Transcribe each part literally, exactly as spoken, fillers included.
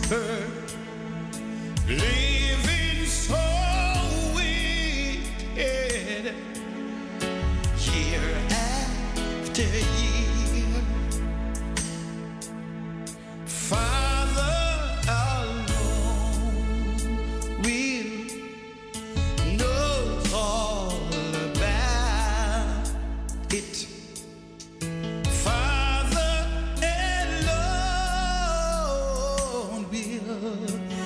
hurt, living so wicked, year after year. Father alone will know all about it. Father alone will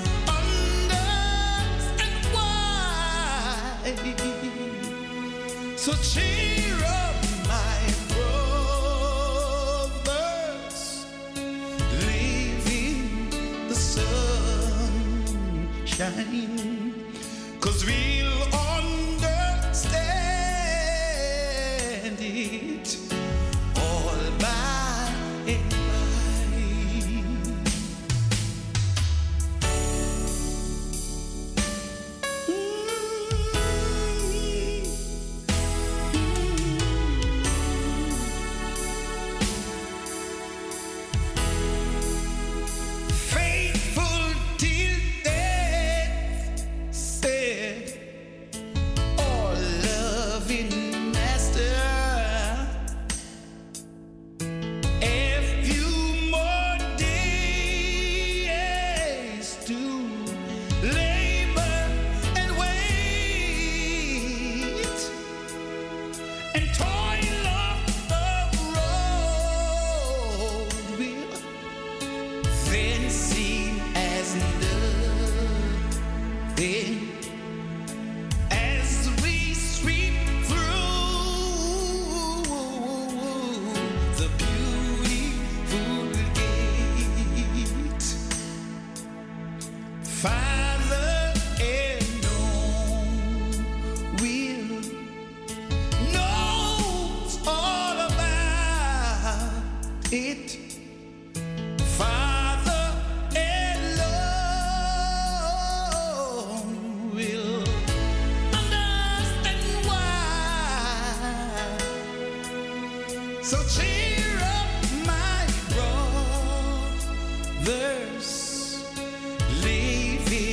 understand why. So cheer up, my brothers, leaving the sunshine, 'cause we'll understand it all by and by. Faithful till death, said our loving master. A few more days to labor and wait and toil up the road will then seem as nothing as we sweep through the beautiful gate. Father alone will knows all about it. Father alone will understand why. So cheer up, my brothers, leaving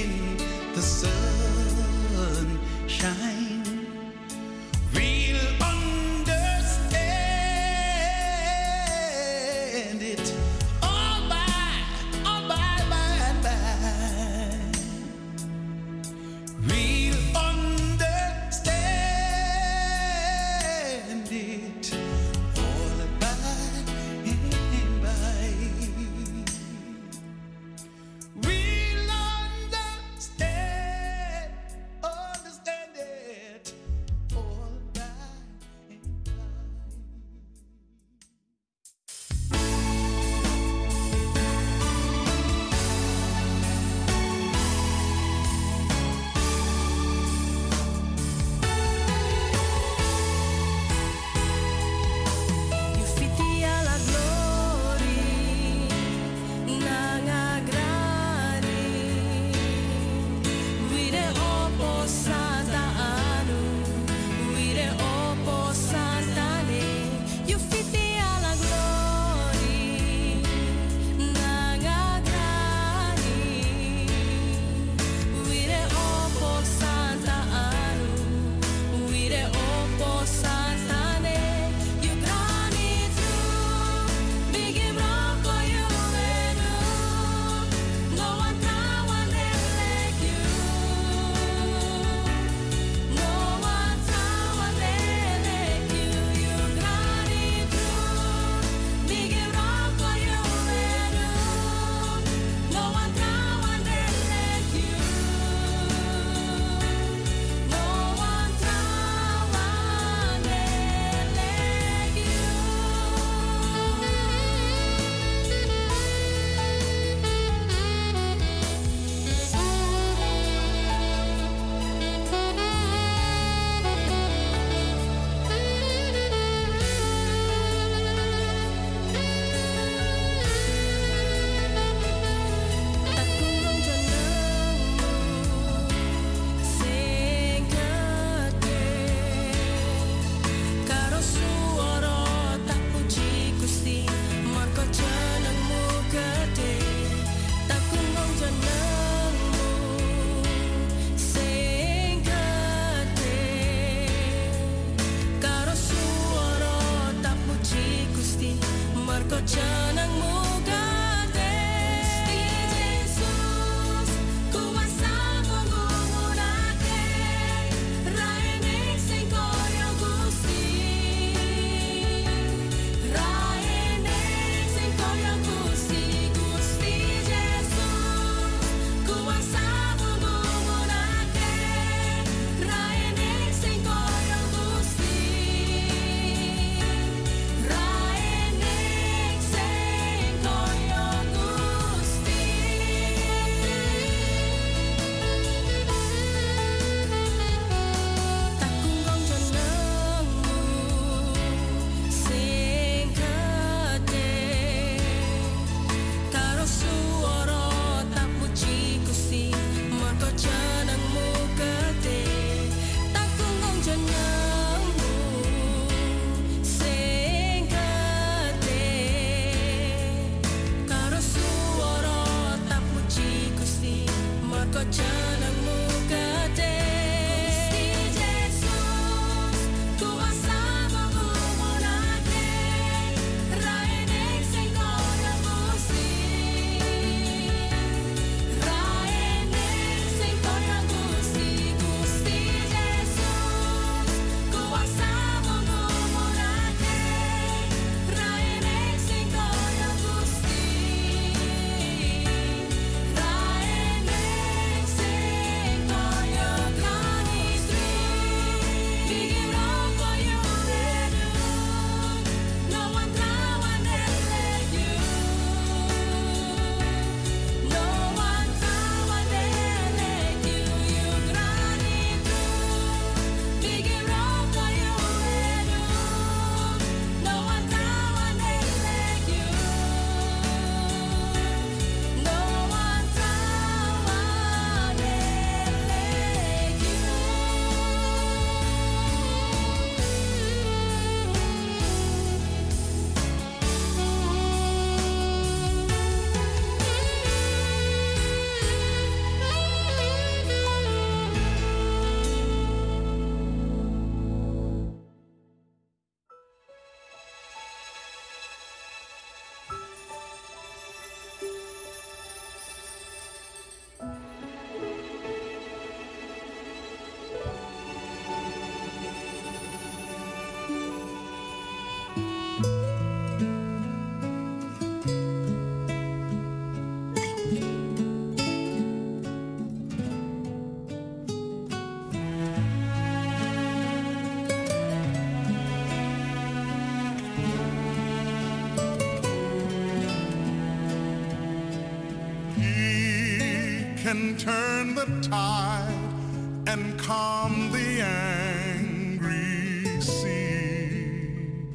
can turn the tide and calm the angry sea.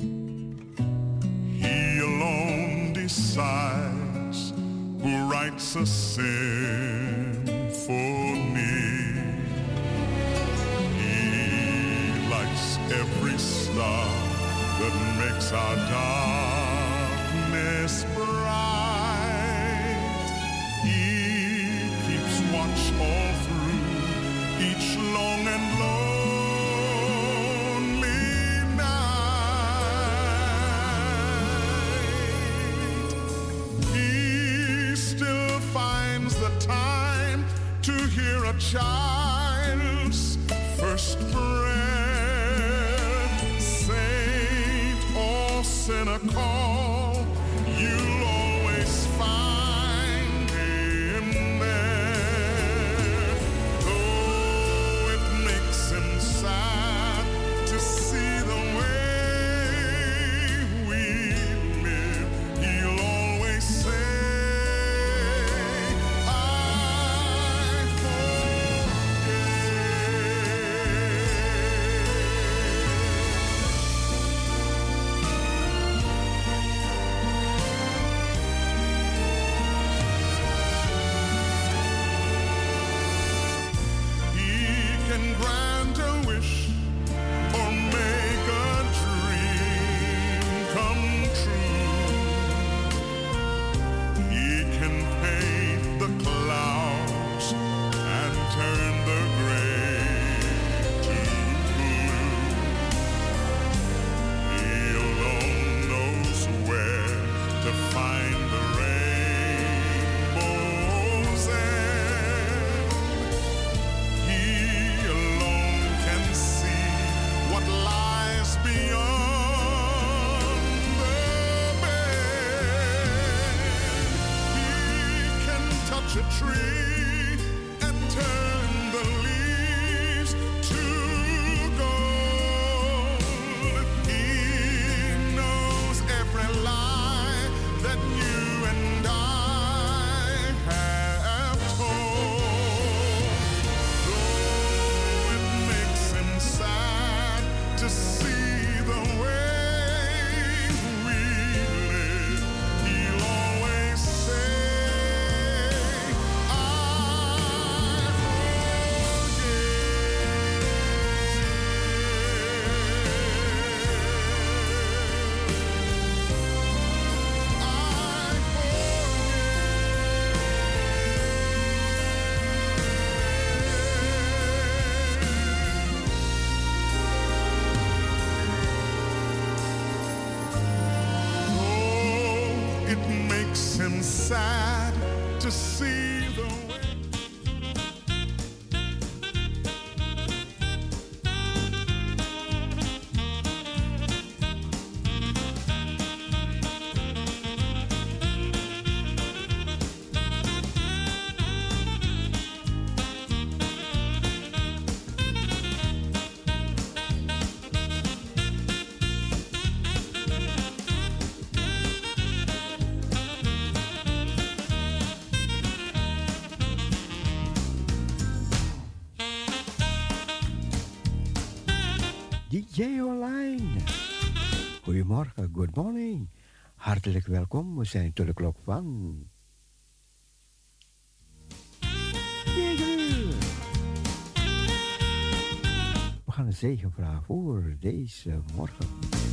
He alone decides who writes a symphony. He lights every star that makes our darkness bright. He keeps watch all through each long and lonely night. He still finds the time to hear a child's first prayer. Saint or sinner call, you'll always find him there. Though it makes him sad to see the way we live, he'll always say, I grant a wish or make a dream come true. He can paint the clouds and turn the gray to blue. He alone knows where to find the rainbow's end. He alone can see what lies beyond the bend. He can touch a tree and turn the leaves to gold. He knows every lie that you and I have told. Though it makes him sad to see the way we live, he'll always say, I Oh, it makes him sad to see the way. D J Online. Goedemorgen, good morning. Hartelijk welkom, we zijn tot de klok van negen uur. We gaan een zegen vragen voor deze morgen.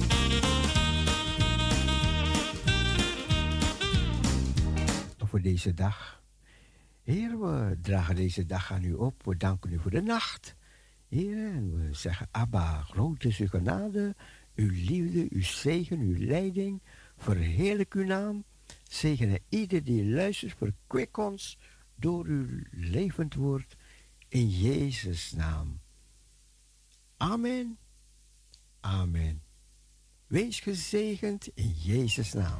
Voor deze dag. Heer, we dragen deze dag aan u op. We danken u voor de nacht. Heer, en we zeggen, Abba, groot is uw genade, uw liefde, uw zegen, uw leiding. Verheerlijk uw naam. Zegene ieder die luistert, verkwik ons door uw levend woord. In Jezus' naam. Amen. Amen. Wees gezegend in Jezus' naam.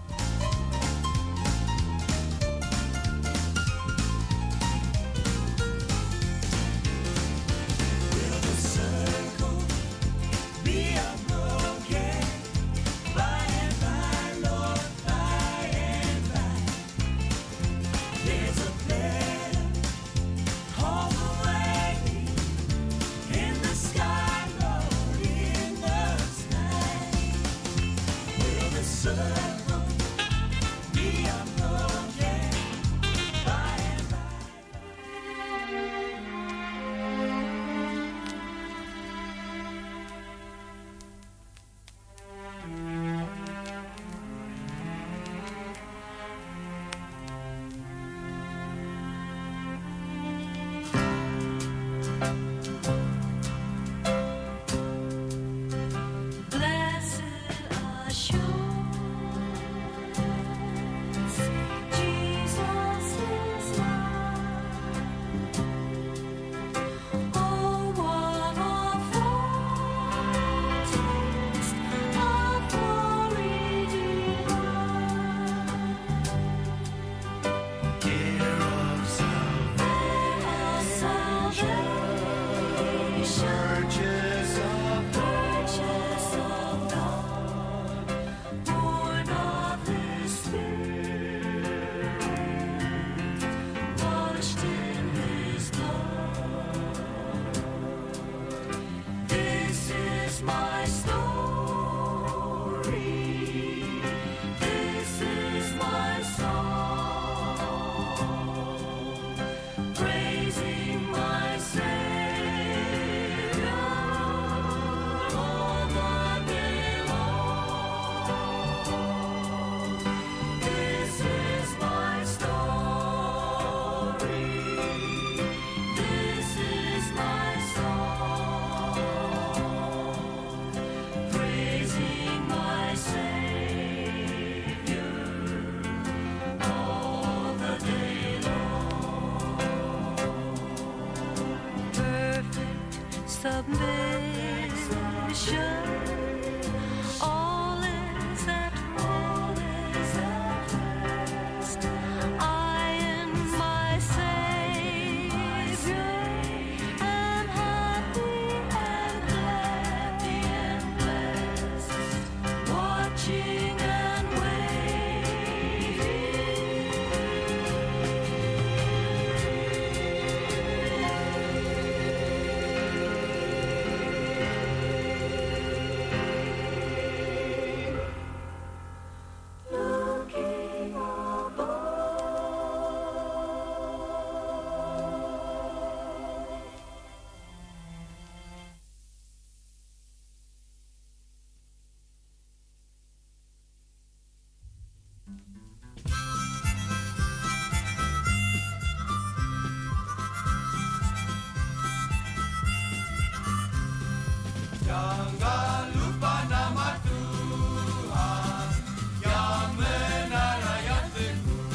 Jangan lupa nama Tuhan yang benar yang teguh.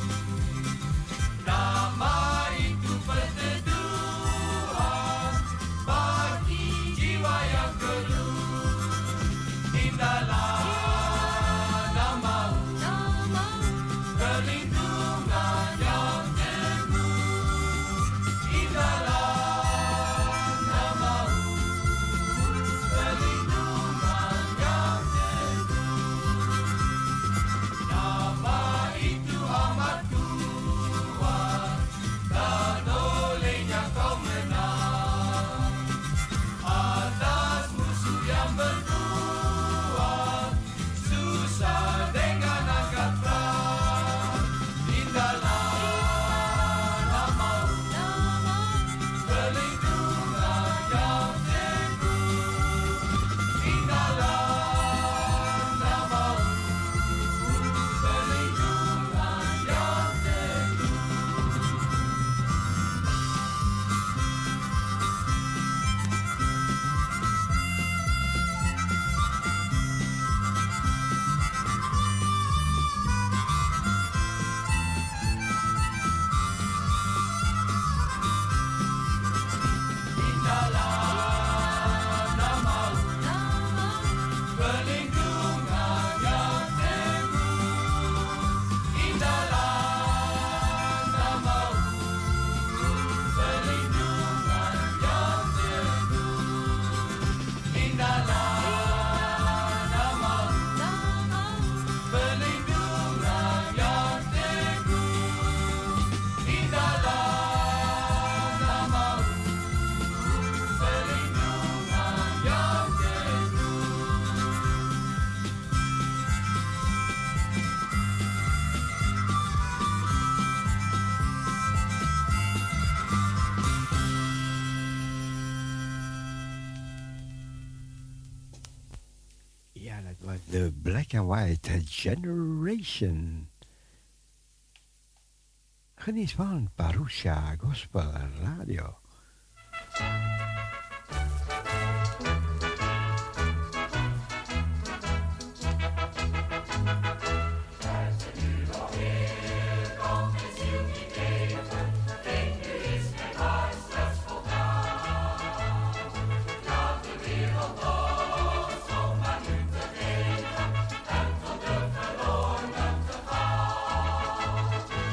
Nama itu perteduhan bagi jiwa yang keluh. Indahlah namamu, perlindungan yang teguh. Indahlah The Black and White Generation. Geniet van Parusha Gospel Radio.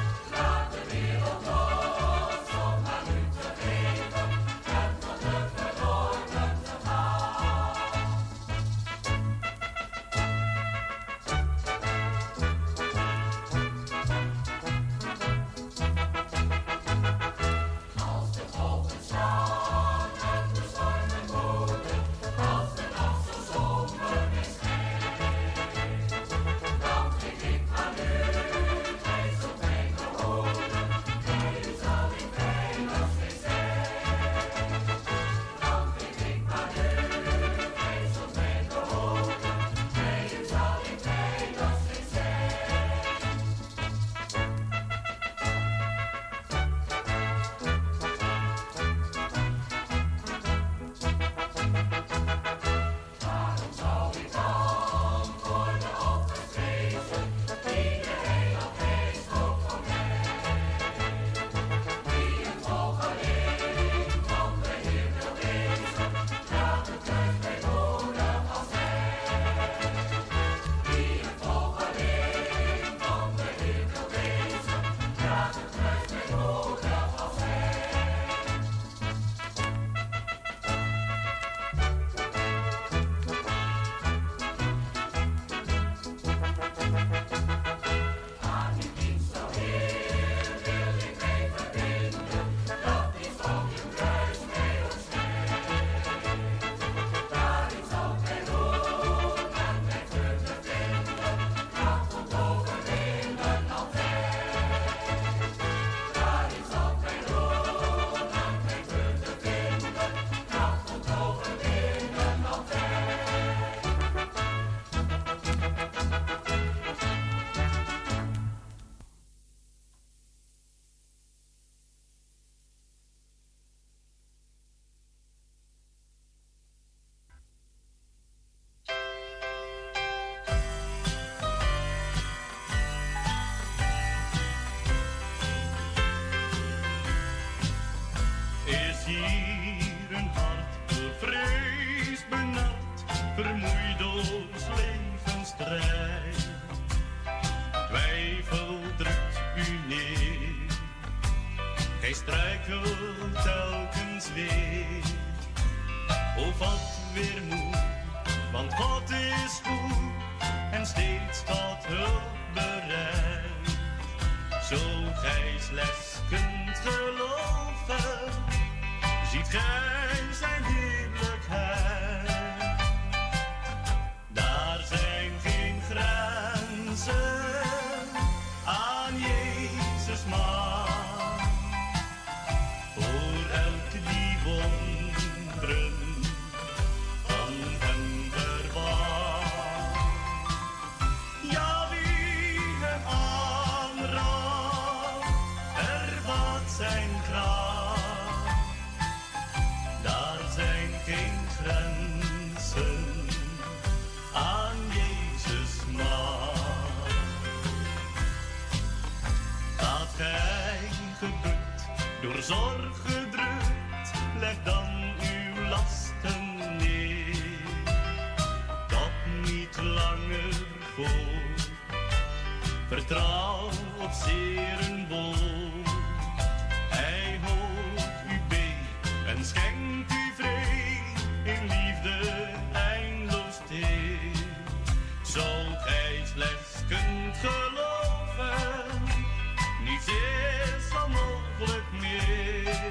Laat de wereld los om aan u te geven en tot het hier een hart bevreesd, benard, vermoeid door 's levens strijd. Twijfel drukt u neer, gij struikelt telkens weer. O, vat weer moed, want God is goed en steeds tot hulp bereid. Zo gij slechts kunt geloven, ziet gij zijn heerlijkheid. Daar zijn geen grenzen aan Jezus' macht. Voor elk die wonderen van hem verwacht. Ja, wie hem aanraakt, ervaart zijn kracht. Daar zijn geen grenzen aan Jezus' macht. Staat gij gebukt, door zorg gedrukt, leg dan uw lasten neer. Dat niet langer voor, vertrouw op zeren woord. Hij hoort u beet en schenkt u vrede, in liefde eindeloos teer. Zo gij slechts kunt geloven, niets is onmogelijk meer.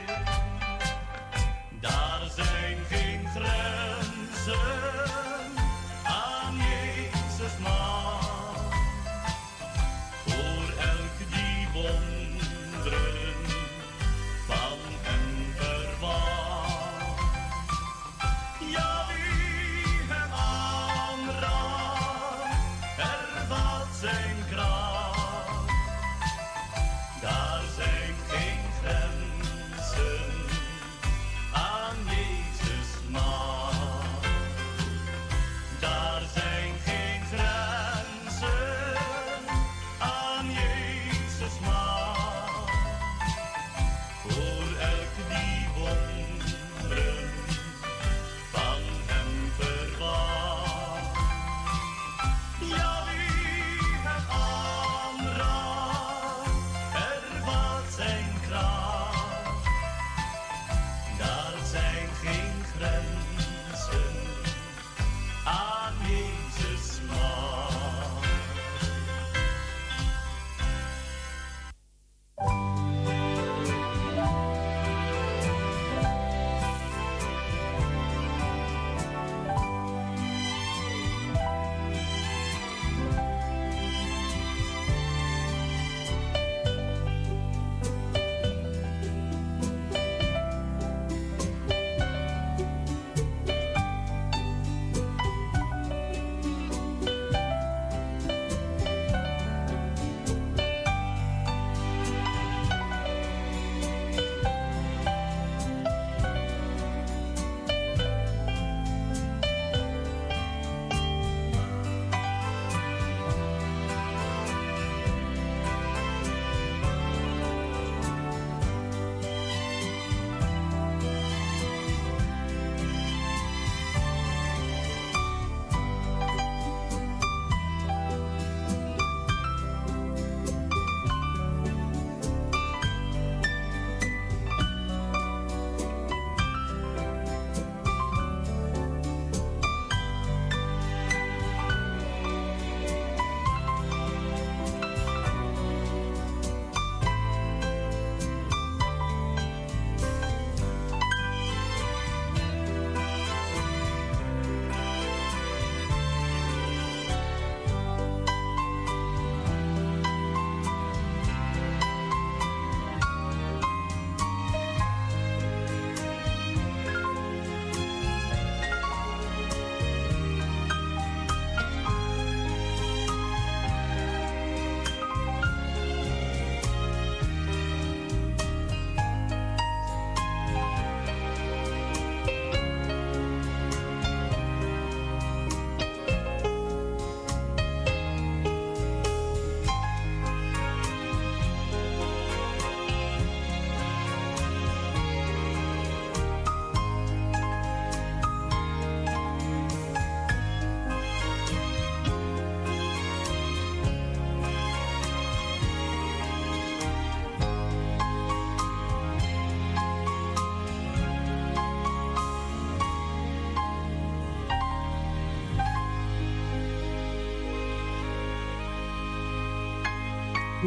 Daar zijn geen grenzen aan Jezus' macht. Voor elk die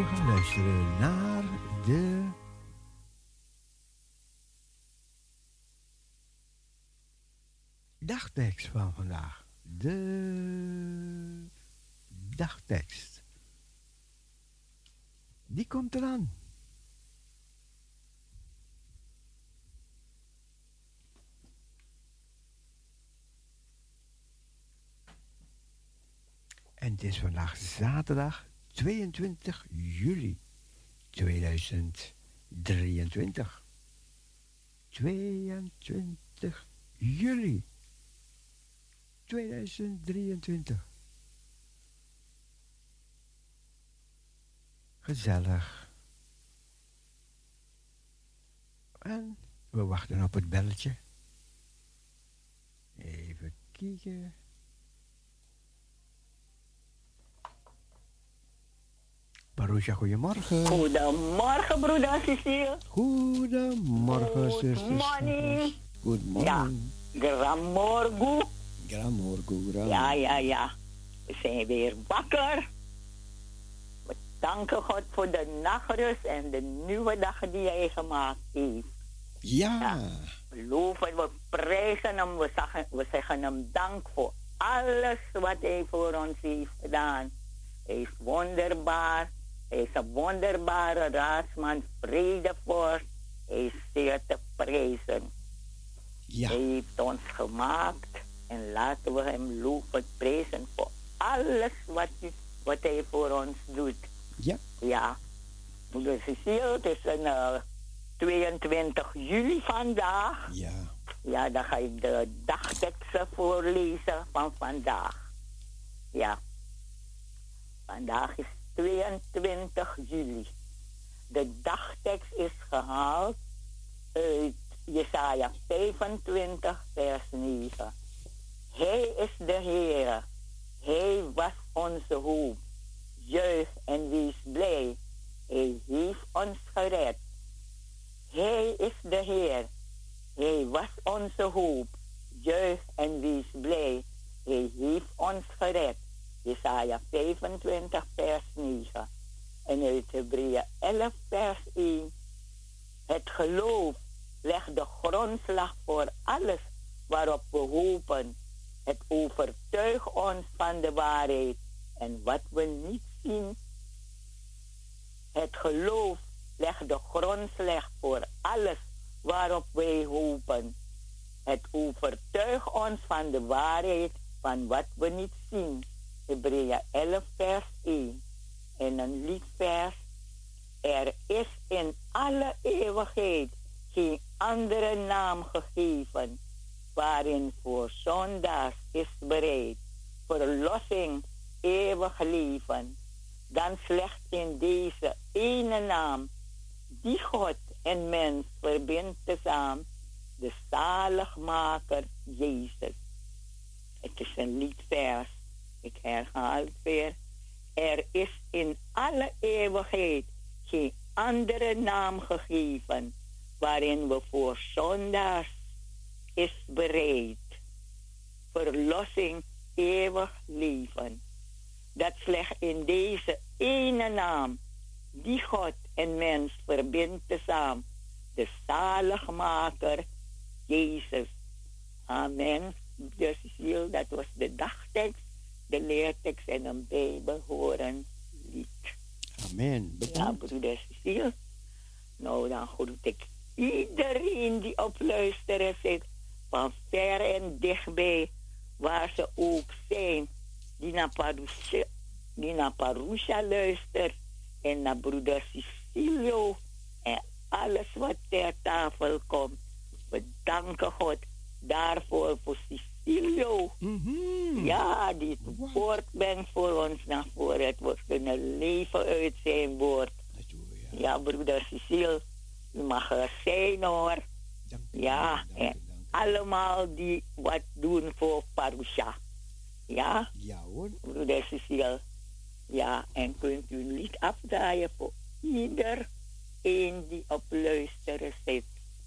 gaan luisteren naar de dagtekst van vandaag. De dagtekst. Die komt eraan. En het is vandaag zaterdag tweeëntwintig juli tweeduizend drieëntwintig. tweeëntwintig juli tweeduizend drieëntwintig. Gezellig. En we wachten op het belletje. Even kijken. Marusha, goedemorgen. Goedemorgen, broeder Cecile. Goedemorgen, Good zuster. morning. Good morning. Gramorgu. Gramorgu, gram. Ja, ja, ja. We zijn weer wakker. We danken God voor de nachtrust en de nieuwe dag die hij gemaakt heeft. Ja. Ja. We loven, we prijzen hem, we zeggen, we zeggen hem dank voor alles wat hij voor ons heeft gedaan. Hij is wonderbaar. Hij is een wonderbare raadsman, vredevorst. Hij is zeer te prijzen. Ja. Hij heeft ons gemaakt en laten we hem loven, prijzen voor alles wat, wat hij voor ons doet. Ja. Ja. Moeder Cecile, het is een uh, tweeëntwintig juli vandaag. Ja. Ja, dan ga ik de dagteksten voorlezen van vandaag. Ja. Vandaag is tweeëntwintig juli. De dagtekst is gehaald uit Jesaja vijfentwintig, vers negen. Hij is de Heer. Hij was onze hoop. Juich en wees blij. Hij heeft ons gered. Hij is de Heer. Hij was onze hoop. Juich en wees blij. Hij heeft ons gered. Jesaja vijfentwintig, vers negen. En uit Hebreeën elf, vers één. Het geloof legt de grondslag voor alles waarop we hopen. Het overtuigt ons van de waarheid en wat we niet zien. Het geloof legt de grondslag voor alles waarop wij hopen. Het overtuigt ons van de waarheid van wat we niet zien. Hebreeën elf, vers één. En een liedvers. Er is in alle eeuwigheid geen andere naam gegeven, waarin voor zondaars is bereid verlossing, eeuwig leven, dan slechts in deze ene naam, die God en mens verbindt tezamen, de zaligmaker Jezus. Het is een liedvers. Ik herhaal het weer. Er is in alle eeuwigheid geen andere naam gegeven, waarin we voor zondaars is bereid verlossing, eeuwig leven. Dat slechts in deze ene naam, die God en mens verbindt tezamen, de zaligmaker Jezus. Amen. Dus ziel, dat was de dagtekst, de leertekst en een bijbehorend lied. Amen. Ja, Bedankt. broeder Cecile. Nou, dan groet ik iedereen die op luisteren zit, van ver en dichtbij, waar ze ook zijn, die naar Parusha, die naar Parusha luistert, en naar broeder Cecilio, en alles wat ter tafel komt. We danken God daarvoor voor Cecilio. Mhm. Ja, die het Wow. woord brengt voor ons naar voren. Het wordt kunnen leven uit zijn woord. Dat doen we, ja. Ja, broeder Cecile, u mag er zijn hoor. Dank u, Ja, dank u, en dank u. allemaal die wat doen voor Parusha. Ja, Ja hoor. broeder Cecile. Ja, en kunt u een lied afdraaien voor ieder een die op luisteren zit.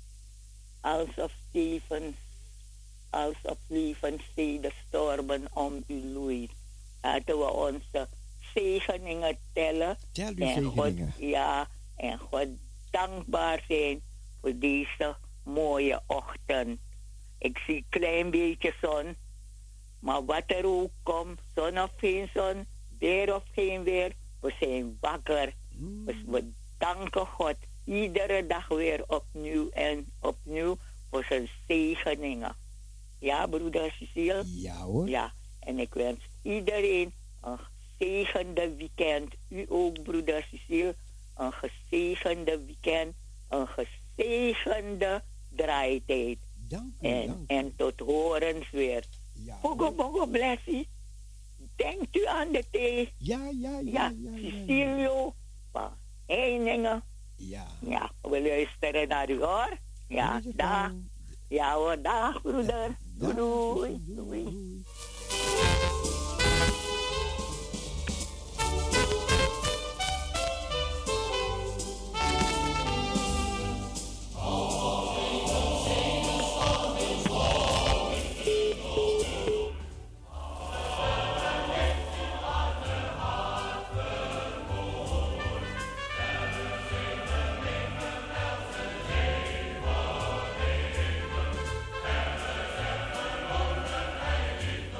Alsof Steven, alsof levens zee de stormen om u loeit. Laten we onze zegeningen tellen. Tel uw En God, zegeningen. ja, en God dankbaar zijn voor deze mooie ochtend. Ik zie een klein beetje zon, maar wat er ook komt, zon of geen zon, weer of geen weer, we zijn wakker. Mm. Dus we danken God iedere dag weer opnieuw en opnieuw voor zijn zegeningen. Ja, broeder Cecile? Ja hoor. Ja, en ik wens iedereen een gezegende weekend. U ook, broeder Cecile. Een gezegende weekend. Een gezegende draaitijd. Dank u, En, dank u. en tot horens weer. Ja, Bogo, hoor. bogo, blessie. Denkt u aan de thee? Ja, ja, ja, Ja, ja, ja, ja. Cecilio van Heiningen. Ja. Ja, we luisteren naar u hoor. Ja, Deze dag. kant. Ja hoor, dag broeder. Dag, Doei, doei, doei. doei. Hij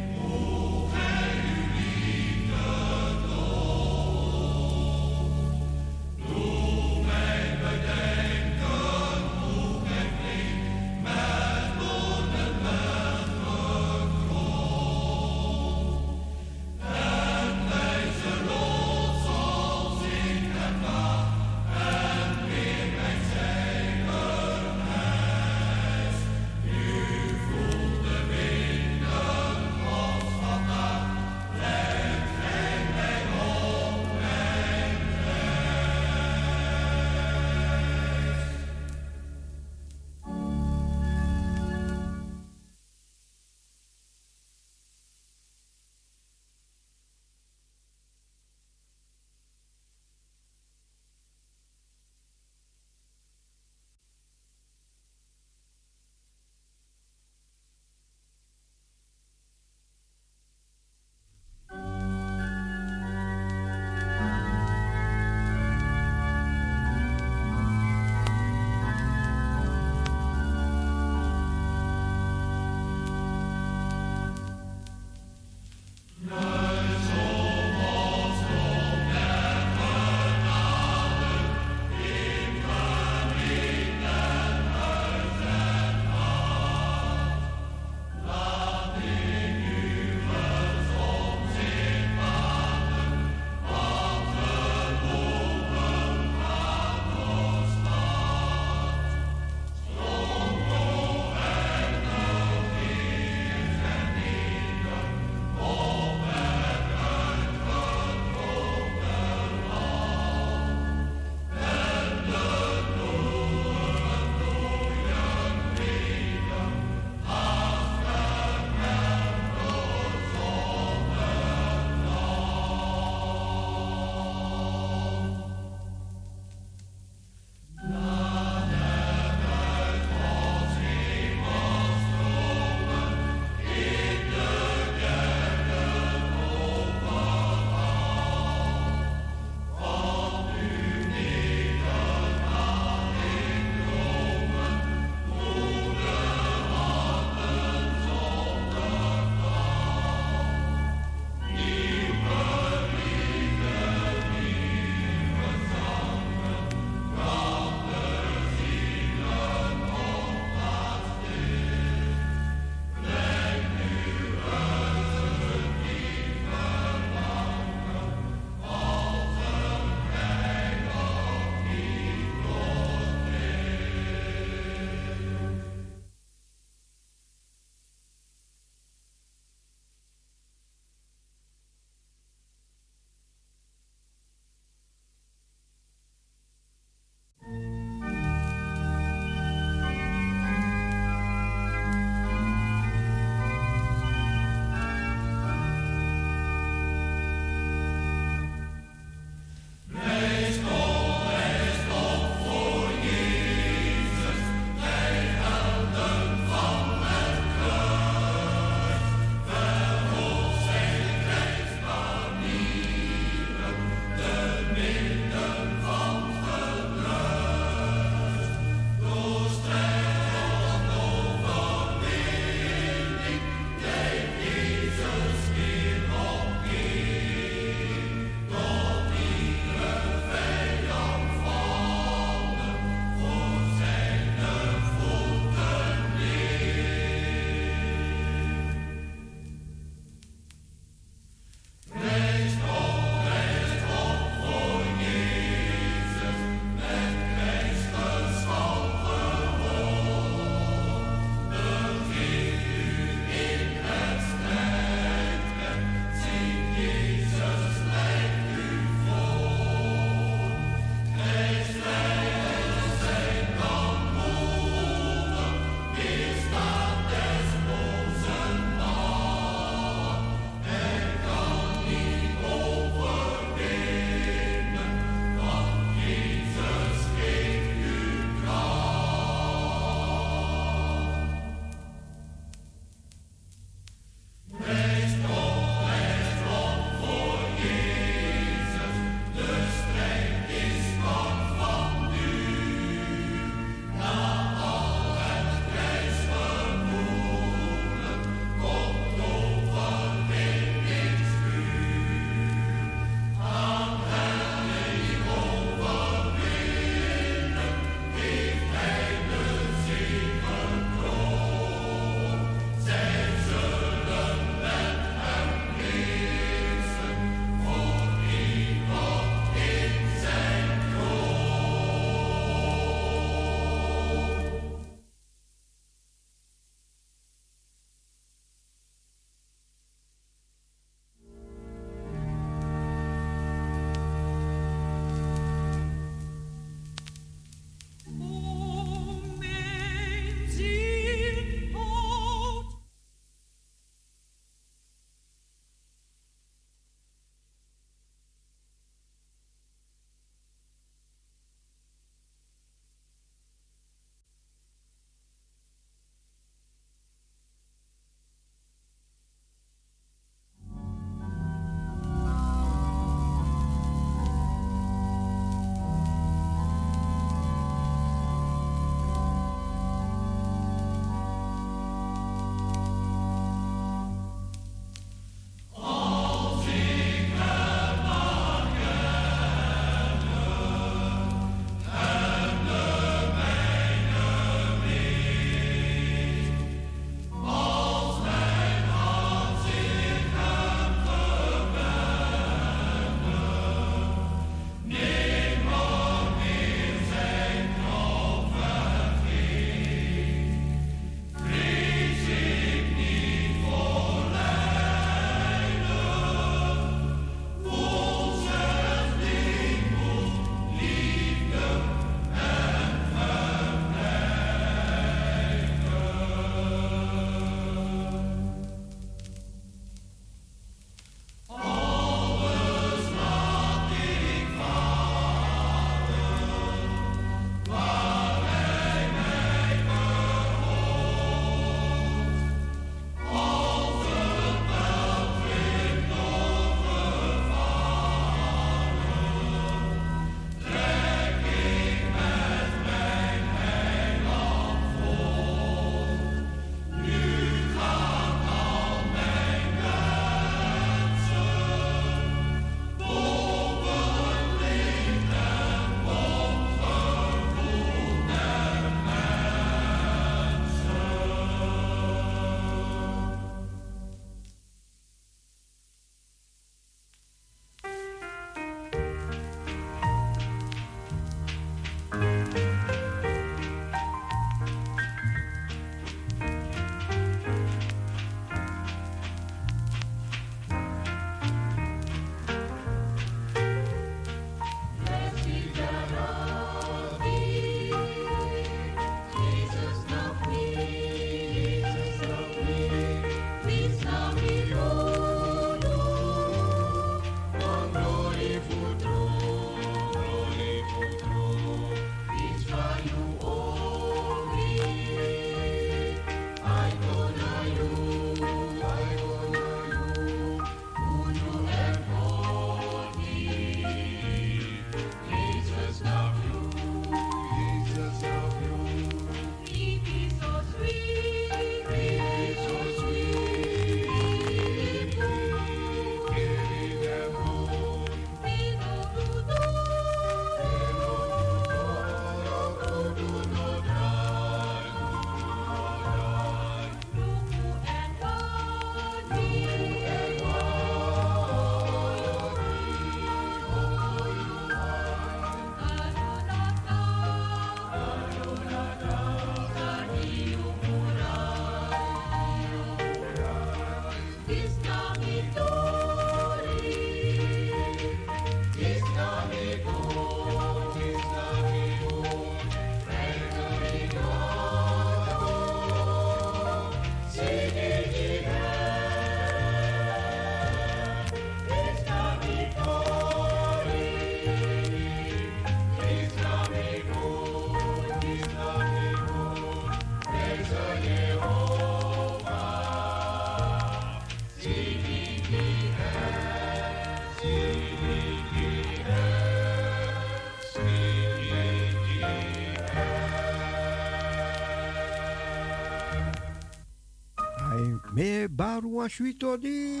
baru aswito di.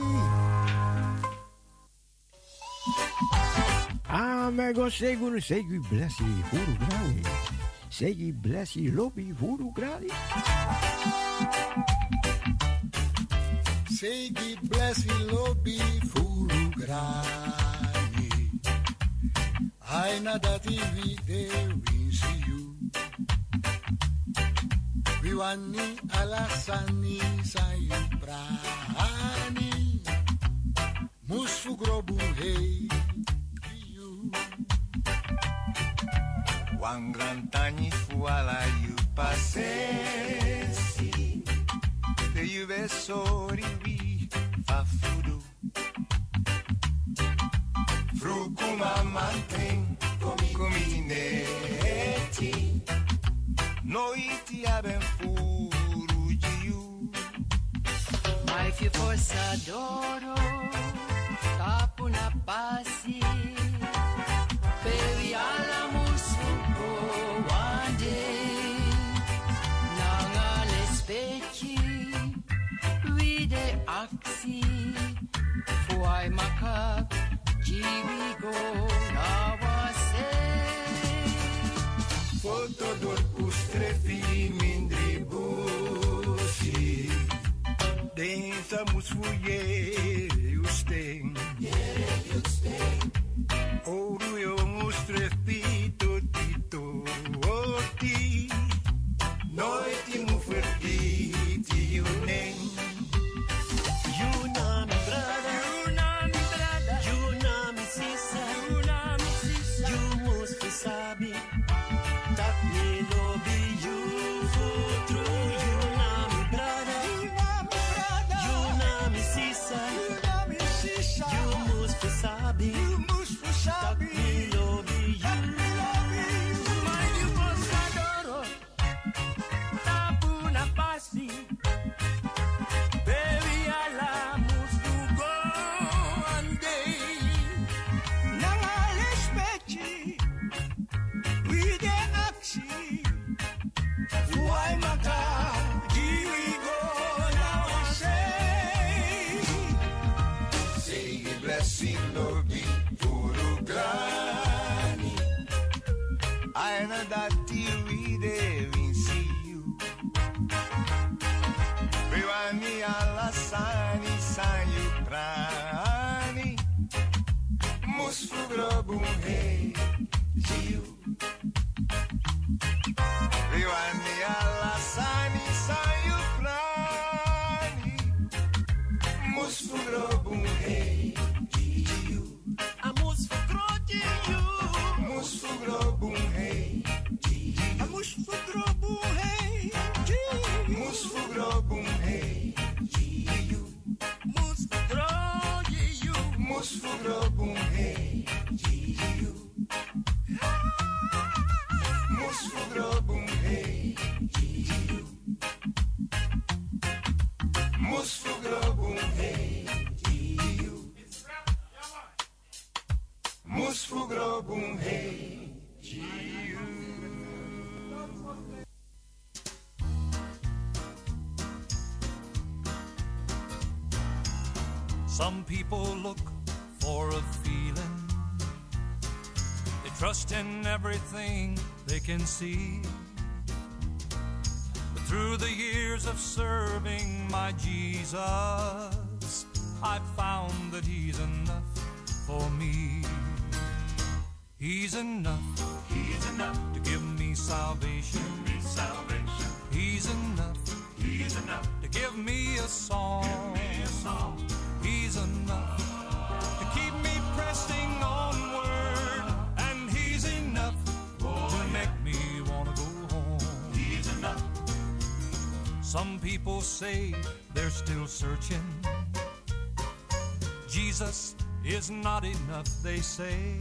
Amigo, segundo, segui blessi, furu grani. Segui blessi, lobby, furu grani. Segui blessi, lobby, furu grani. Ai nadati video vinci you. Viwanni alasani sayu prani. Musfu grobu hei. Wan gran tani fuala you passesi. De you besori wi fa fudu. Frukuma manten comineti. Noiti aben furu giu. Mai fi forza d'oro, tapuna passi. Baby, alla musuko one day. Nanga le specchi, vide axi. Fuai maka, jiwigo nawase. Foto dor ustrefi mindri busi. Densa musfuye usten. Yeah, usten. Ouro eu mustrefito tito oti. Noite mu fertiti unen. You know me brother, you know me brother, you know me sister, you know me sister. You must be sabi, that me lobby you for true. You know me brother, you know me brother, you know me sister, you know me sister. You must be sabi, you must be sabi, that me lobby you, me lobby you. My you was adoro, tapuna pasi. Baby, ala musu go one day. Nanga respecti, we de aksi. Why maka, we go now say. Say blessing lobby furu grani. Aina dati vide vinci you. Vivani alasani sanyu prani. Musfu grobu hei giu. Vivani alasani sanyu prani. Musfu grobu hei giu. Amos for groti you, Musfu grobu hei giu. amos for grobu hey, Musfu grobu hei giu. amos for groti you, Musfu grobu hei giu. Musfu grobu hei giu. Musfu grobu hei giu. Musfu grobu hei giu. Some people look for a feeling. They trust in everything they can see. But through the years of serving my Jesus, I've found that He's enough for me. He's enough. He's enough to give me salvation. Give me salvation. He's enough. He's enough to give me a song. Give me a song. He's enough to keep me pressing onward, and He's enough to make me wanna go home. He's enough. Some people say they're still searching. Jesus is not enough, they say.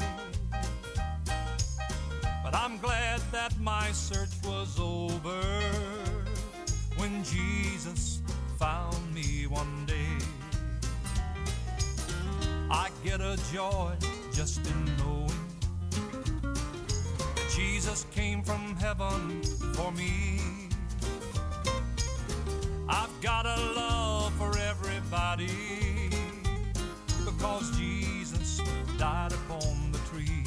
But I'm glad that my search was over when Jesus found me one day. I get a joy just in knowing that Jesus came from heaven for me. I've got a love for every body, because Jesus died upon the tree.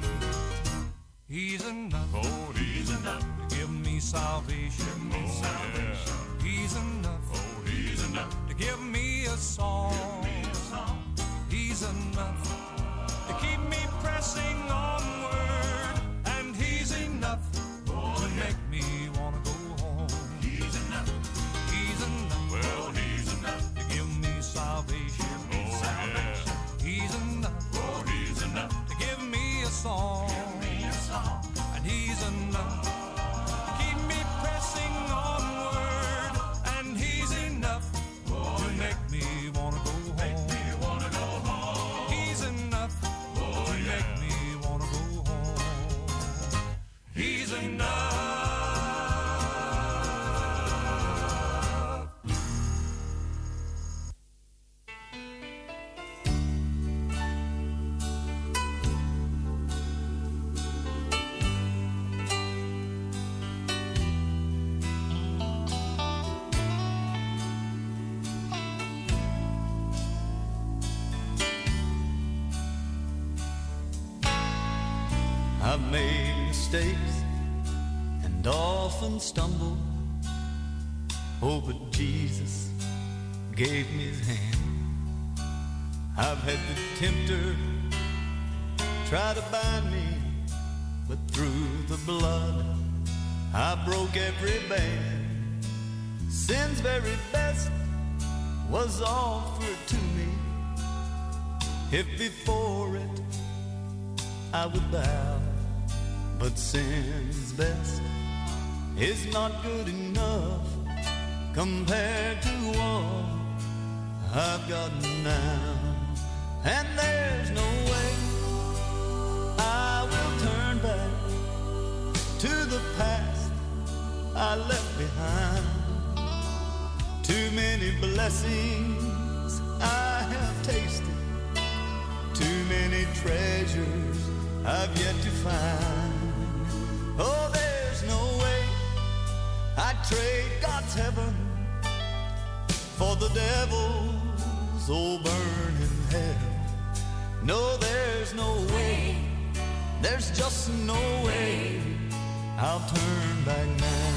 He's enough. Oh, he's enough to give me salvation. Give me oh, salvation. Yeah. He's enough. Oh, he's enough to give me a song. Give me a song. He's enough to keep me pressing onward, and he's enough oh, to yeah. make me wanna go home. He's enough. He's enough. Well, he's enough to give me salvation. Give me oh, salvation. Yeah. He's enough. Oh, he's enough to give me a song. And he's enough to keep me pressing onward, and he's enough oh, to yeah. make me wanna go home. Make me wanna go home. He's enough oh, to yeah. make me wanna go home. He's enough. I've made mistakes and often stumbled. Oh, but Jesus gave me his hand. I've had the tempter try to bind me, but through the blood I broke every band. Sin's very best was offered to me. If before it I would bow, but sin's best is not good enough compared to what I've got now. And there's no way I will turn back to the past I left behind. Too many blessings I have tasted, too many treasures I've yet to find. Oh, there's no way I'd trade God's heaven for the devil's old burning hell. No, there's no way, there's just no way I'll turn back now.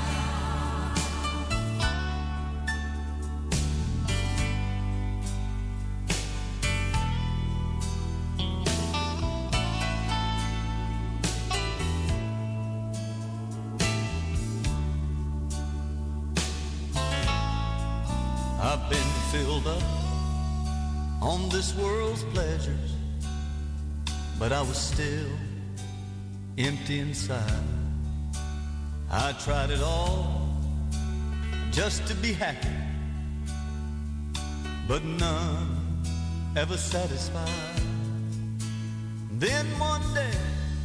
I've been filled up on this world's pleasures, but I was still empty inside. I tried it all just to be happy, but none ever satisfied. Then one day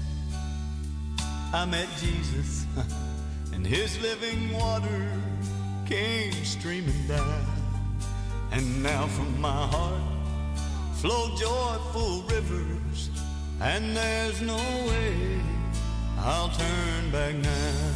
I met Jesus, and his living water came streaming down. And now from my heart flow joyful rivers, and there's no way I'll turn back now.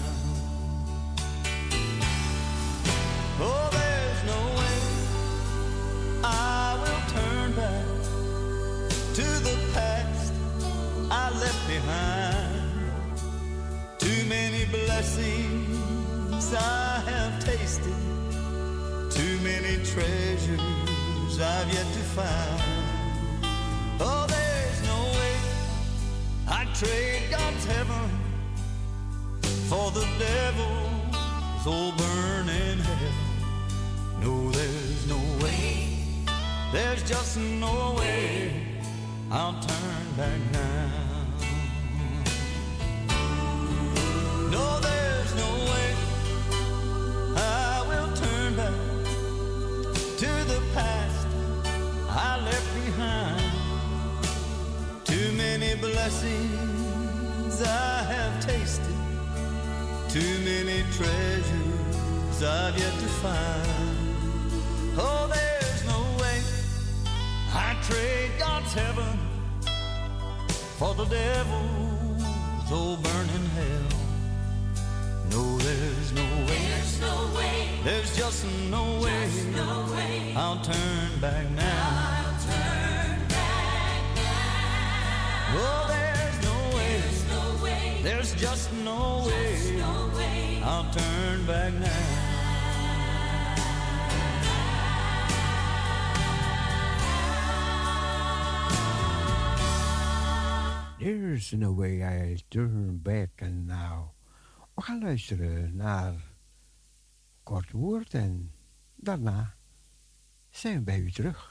Oh, there's no way I will turn back to the past I left behind. Too many blessings I have tasted, too many treasures I've yet to find. Oh, there's no way I'd trade God's heaven for the devil's old burning hell. No, there's no way, there's just no way I'll turn back now. No, there's no way I will turn back to the past I left behind. Too many blessings I have tasted, too many treasures I've yet to find. Oh, there's no way I'd trade God's heaven for the devil's old burning hell. No, there's there's no way, There's no way, there's just no way, just no way. I'll turn back now. I'll turn back now. Oh, there's no way, There's no way, there's just no way, just no way. I'll turn back now. There's no way I'll turn back now. We gaan luisteren naar kort woord en daarna zijn we bij u terug.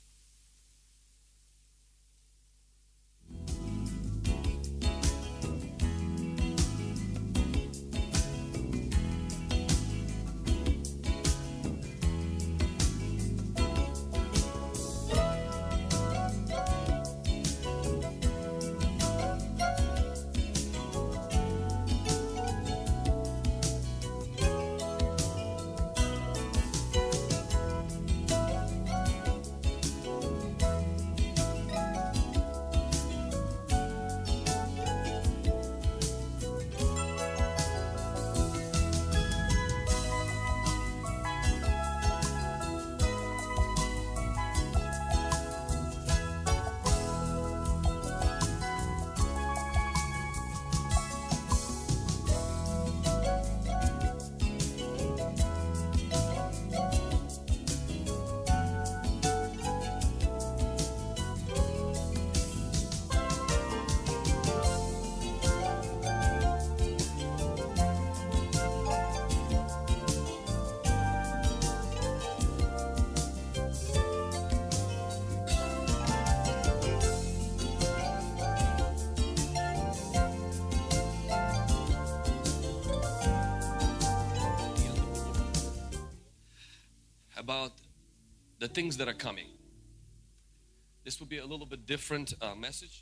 About the things that are coming. This will be a little bit different uh, message.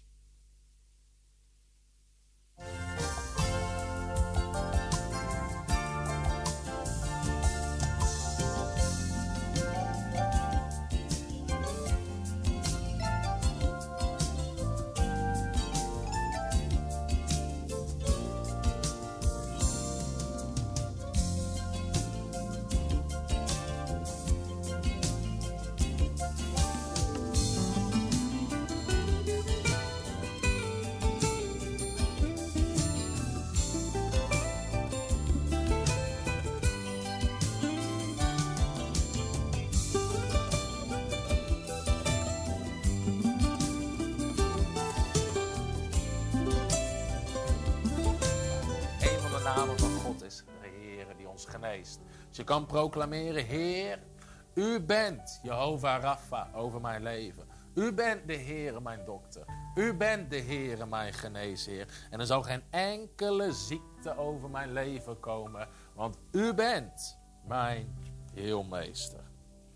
Geneest. Dus je kan proclameren, Heer, u bent Jehovah Rapha over mijn leven. U bent de Heere mijn dokter. U bent de Heere mijn geneesheer. En er zal geen enkele ziekte over mijn leven komen, want u bent mijn heelmeester.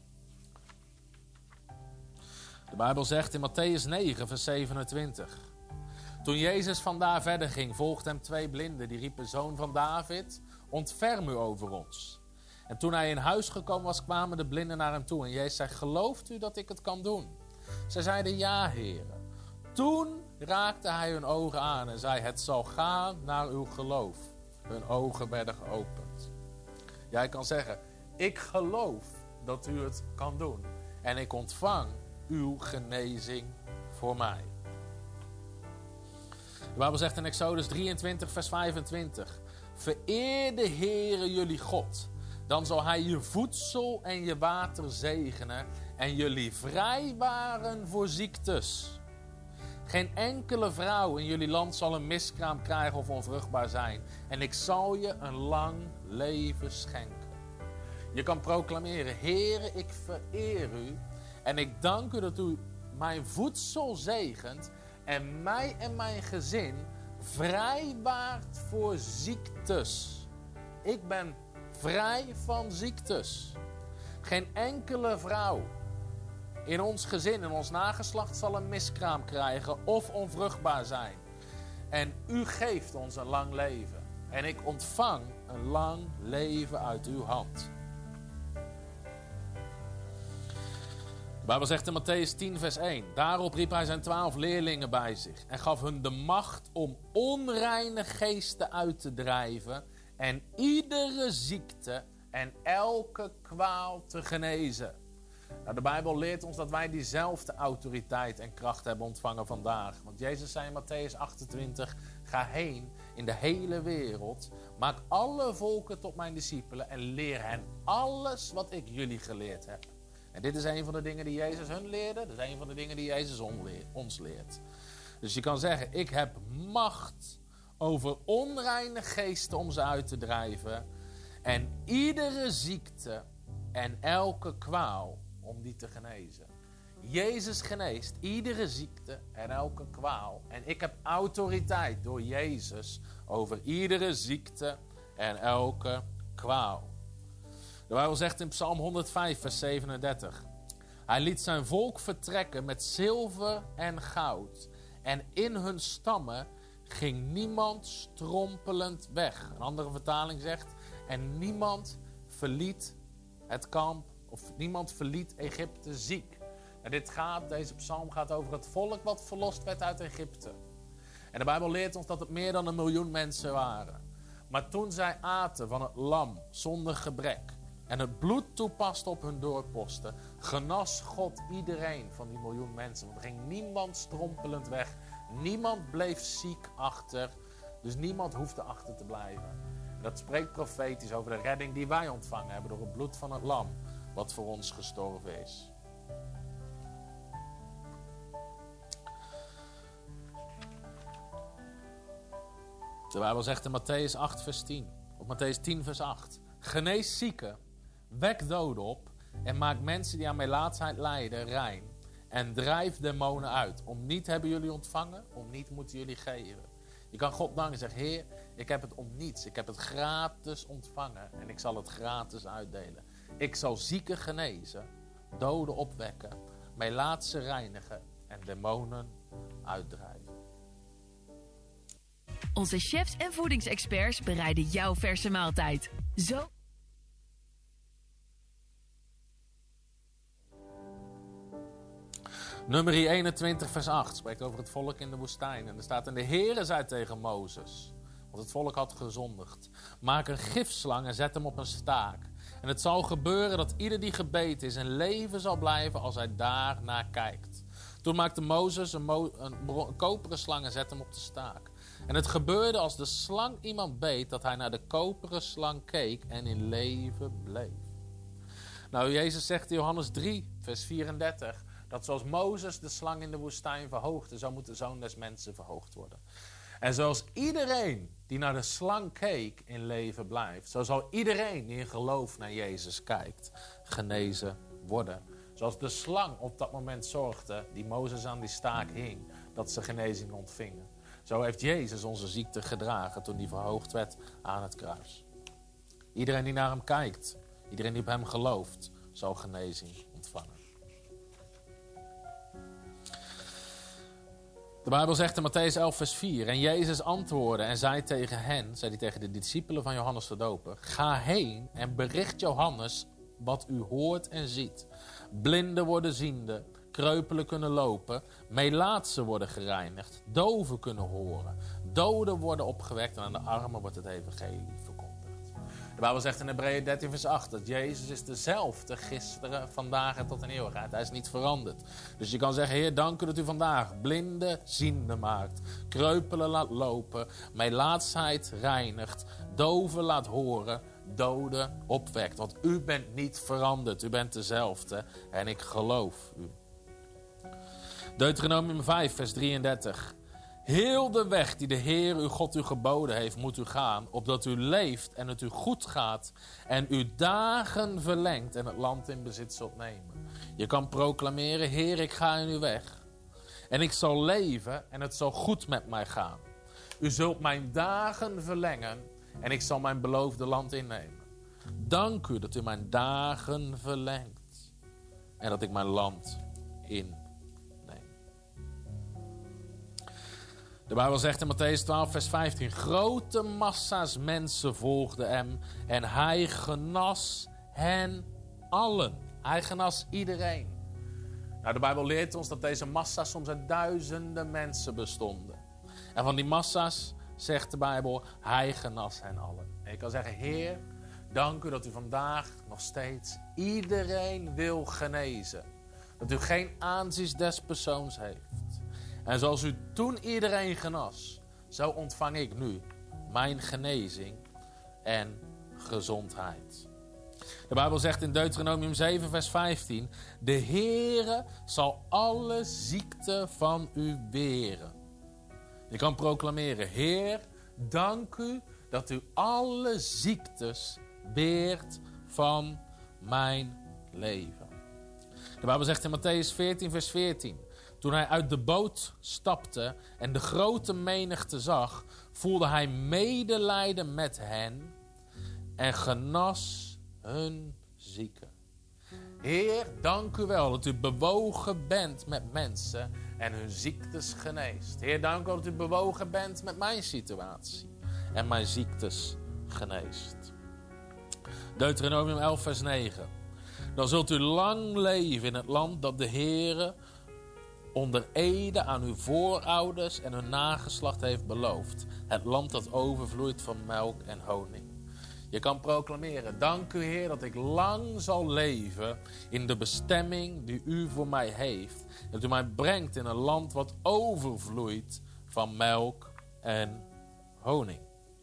De Bijbel zegt in Mattheüs negen, vers zevenentwintig. Toen Jezus vandaar verder ging, volgden hem twee blinden. Die riepen, Zoon van David, ontferm u over ons. En toen hij in huis gekomen was, kwamen de blinden naar hem toe. En Jezus zei, gelooft u dat ik het kan doen? Zij zeiden, ja, Heere. Toen raakte hij hun ogen aan en zei, het zal gaan naar uw geloof. Hun ogen werden geopend. Jij kan zeggen, ik geloof dat u het kan doen. En ik ontvang uw genezing voor mij. De Bijbel zegt in Exodus drieëntwintig, vers vijfentwintig. Vereer de Heere jullie God. Dan zal hij je voedsel en je water zegenen. En jullie vrijwaren voor ziektes. Geen enkele vrouw in jullie land zal een miskraam krijgen of onvruchtbaar zijn. En ik zal je een lang leven schenken. Je kan proclameren, Heere, ik vereer u. En ik dank u dat u mijn voedsel zegent. En mij en mijn gezin vrijwaart voor ziektes. Ik ben vrij van ziektes. Geen enkele vrouw in ons gezin, in ons nageslacht zal een miskraam krijgen of onvruchtbaar zijn. En u geeft ons een lang leven. En ik ontvang een lang leven uit uw hand. De Bijbel zegt in Mattheüs tien vers één. Daarop riep hij zijn twaalf leerlingen bij zich. En gaf hun de macht om onreine geesten uit te drijven. en iedere ziekte en elke kwaal te genezen. Nou, de Bijbel leert ons dat wij diezelfde autoriteit en kracht hebben ontvangen vandaag. Want Jezus zei in Matthäus achtentwintig, ga heen in de hele wereld, maak alle volken tot mijn discipelen en leer hen alles wat ik jullie geleerd heb. En dit is een van de dingen die Jezus hun leerde, dit is een van de dingen die Jezus ons leert. Dus je kan zeggen, ik heb macht over onreine geesten om ze uit te drijven en iedere ziekte en elke kwaal om die te genezen. Jezus geneest iedere ziekte en elke kwaal. En ik heb autoriteit door Jezus over iedere ziekte en elke kwaal. De Bijbel zegt in Psalm honderdvijf, vers zevenendertig. Hij liet zijn volk vertrekken met zilver en goud. En in hun stammen ging niemand strompelend weg. Een andere vertaling zegt, en niemand verliet het kamp, of niemand verliet Egypte ziek. En dit gaat, deze psalm gaat over het volk wat verlost werd uit Egypte. En de Bijbel leert ons dat het meer dan een miljoen mensen waren. Maar toen zij aten van het lam zonder gebrek en het bloed toepaste op hun doorposten, genas God iedereen van die miljoen mensen. Want er ging niemand strompelend weg. Niemand bleef ziek achter. Dus niemand hoefde achter te blijven. En dat spreekt profetisch over de redding die wij ontvangen hebben door het bloed van het lam, wat voor ons gestorven is. De Bijbel zegt in Matthäus acht vers tien, of Matthäus tien vers acht. Genees zieken, wek doden op en maak mensen die aan melaatsheid lijden rein. En drijf demonen uit. Om niet hebben jullie ontvangen, om niet moeten jullie geven. Je kan God danken en zeggen, Heer, ik heb het om niets. Ik heb het gratis ontvangen en ik zal het gratis uitdelen. Ik zal zieken genezen, doden opwekken, melaatsen reinigen en demonen uitdrijven. Onze chefs en voedingsexperts bereiden jouw verse maaltijd. Zo. Nummer eenentwintig vers acht spreekt over het volk in de woestijn. En er staat, en de Heere zei tegen Mozes, want het volk had gezondigd, maak een gifslang en zet hem op een staak. En het zal gebeuren dat ieder die gebeten is in leven zal blijven als hij daarnaar kijkt. Toen maakte Mozes een, mo- een, een koperen slang en zette hem op de staak. En het gebeurde als de slang iemand beet, dat hij naar de koperen slang keek en in leven bleef. Nou, Jezus zegt in Johannes drie, vers vierendertig, dat zoals Mozes de slang in de woestijn verhoogde, zo moet de Zoon des Mensen verhoogd worden. En zoals iedereen die naar de slang keek in leven blijft, zo zal iedereen die in geloof naar Jezus kijkt, genezen worden. Zoals de slang op dat moment zorgde, die Mozes aan die staak hing, dat ze genezing ontvingen. Zo heeft Jezus onze ziekte gedragen toen hij verhoogd werd aan het kruis. Iedereen die naar hem kijkt, iedereen die op hem gelooft, zal genezing ontvangen. De Bijbel zegt in Matthäus elf vers vier, en Jezus antwoordde en zei tegen hen, zei hij tegen de discipelen van Johannes de Doper, ga heen en bericht Johannes wat u hoort en ziet. Blinden worden ziende, kreupelen kunnen lopen, melaatsen worden gereinigd, doven kunnen horen, doden worden opgewekt en aan de armen wordt het evangelie verkondigd. De Bijbel zegt in Hebreeën dertien vers acht dat Jezus is dezelfde gisteren, vandaag en tot in eeuwigheid. Hij is niet veranderd. Dus je kan zeggen, Heer, dank u dat u vandaag blinden ziende maakt, kreupelen laat lopen, melaatsheid reinigt, doven laat horen, doden opwekt. Want u bent niet veranderd, u bent dezelfde en ik geloof u. Deuteronomium vijf vers drieëndertig. Heel de weg die de Heer uw God u geboden heeft, moet u gaan, opdat u leeft en het u goed gaat en u dagen verlengt en het land in bezit zult nemen. Je kan proclameren, Heer, ik ga in uw weg. En ik zal leven en het zal goed met mij gaan. U zult mijn dagen verlengen en ik zal mijn beloofde land innemen. Dank u dat u mijn dagen verlengt en dat ik mijn land inneem. De Bijbel zegt in Matthäus twaalf vers vijftien, grote massa's mensen volgden hem en hij genas hen allen. Hij genas iedereen. Nou, de Bijbel leert ons dat deze massa's soms uit duizenden mensen bestonden. En van die massa's zegt de Bijbel, hij genas hen allen. En je kan zeggen, Heer, dank u dat u vandaag nog steeds iedereen wil genezen. Dat u geen aanzien des persoons heeft. En zoals u toen iedereen genas, zo ontvang ik nu mijn genezing en gezondheid. De Bijbel zegt in Deuteronomium zeven vers vijftien, de Heere zal alle ziekte van u weren. Je kan proclameren, Heer, dank u dat u alle ziektes weert van mijn leven. De Bijbel zegt in Mattheüs veertien vers veertien, toen hij uit de boot stapte en de grote menigte zag, voelde hij medelijden met hen en genas hun zieken. Heer, dank u wel dat u bewogen bent met mensen en hun ziektes geneest. Heer, dank u wel dat u bewogen bent met mijn situatie en mijn ziektes geneest. Deuteronomium elf vers negen. Dan zult u lang leven in het land dat de Heere onder ede aan uw voorouders en hun nageslacht heeft beloofd. Het land dat overvloeit van melk en honing. Je kan proclameren, dank u Heer dat ik lang zal leven in de bestemming die u voor mij heeft. Dat u mij brengt in een land wat overvloeit van melk en honing.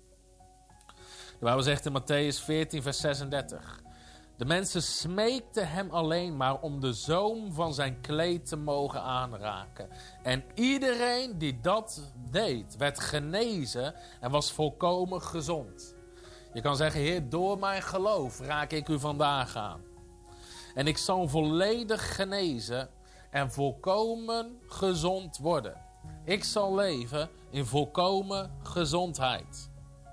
De Bijbel zegt in Mattheüs veertien vers zesendertig. De mensen smeekten hem alleen maar om de zoom van zijn kleed te mogen aanraken. En iedereen die dat deed, werd genezen en was volkomen gezond. Je kan zeggen, Heer, door mijn geloof raak ik u vandaag aan. En ik zal volledig genezen en volkomen gezond worden. Ik zal leven in volkomen gezondheid.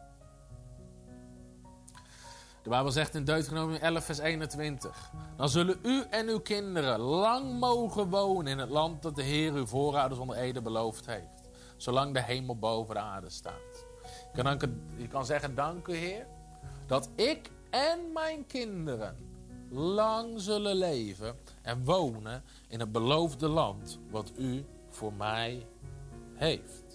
De Bijbel zegt in Deuteronomium elf vers eenentwintig. Dan zullen u en uw kinderen lang mogen wonen in het land dat de Heer uw voorouders onder ede beloofd heeft. Zolang de hemel boven de aarde staat. Je kan, je kan zeggen, dank u Heer, dat ik en mijn kinderen lang zullen leven en wonen in het beloofde land wat u voor mij heeft.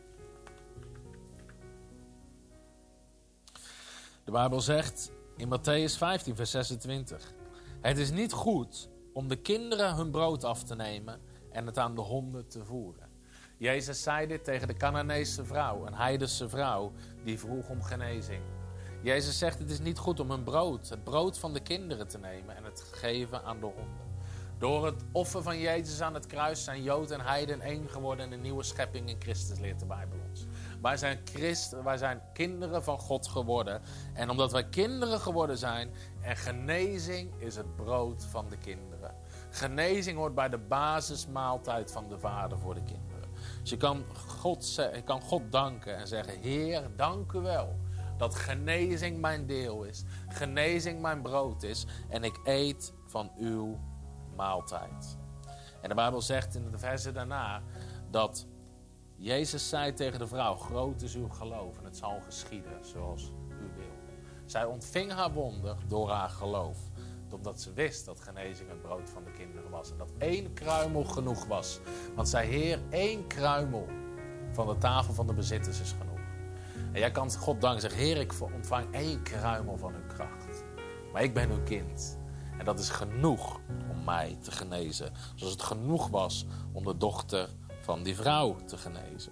De Bijbel zegt in Mattheüs vijftien vers zesentwintig. Het is niet goed om de kinderen hun brood af te nemen en het aan de honden te voeren. Jezus zei dit tegen de Canaanese vrouw, een heidense vrouw, die vroeg om genezing. Jezus zegt, het is niet goed om hun brood, het brood van de kinderen te nemen en het te geven aan de honden. Door het offer van Jezus aan het kruis zijn Jood en Heiden één geworden en een nieuwe schepping in Christus, leert de Bijbel ons. Wij zijn christen, wij zijn kinderen van God geworden. En omdat wij kinderen geworden zijn, en genezing is het brood van de kinderen. Genezing hoort bij de basismaaltijd van de Vader voor de kinderen. Dus je kan God, je kan God danken en zeggen, Heer, dank u wel dat genezing mijn deel is. Genezing mijn brood is. En ik eet van uw maaltijd. En de Bijbel zegt in de versen daarna dat Jezus zei tegen de vrouw, groot is uw geloof en het zal geschieden zoals u wil. Zij ontving haar wonder door haar geloof. Omdat ze wist dat genezing het brood van de kinderen was. En dat één kruimel genoeg was. Want zei, Heer, één kruimel van de tafel van de bezitters is genoeg. En jij kan God danken zeggen, Heer, ik ontvang één kruimel van uw kracht. Maar ik ben uw kind. En dat is genoeg om mij te genezen. Zoals het genoeg was om de dochter van die vrouw te genezen.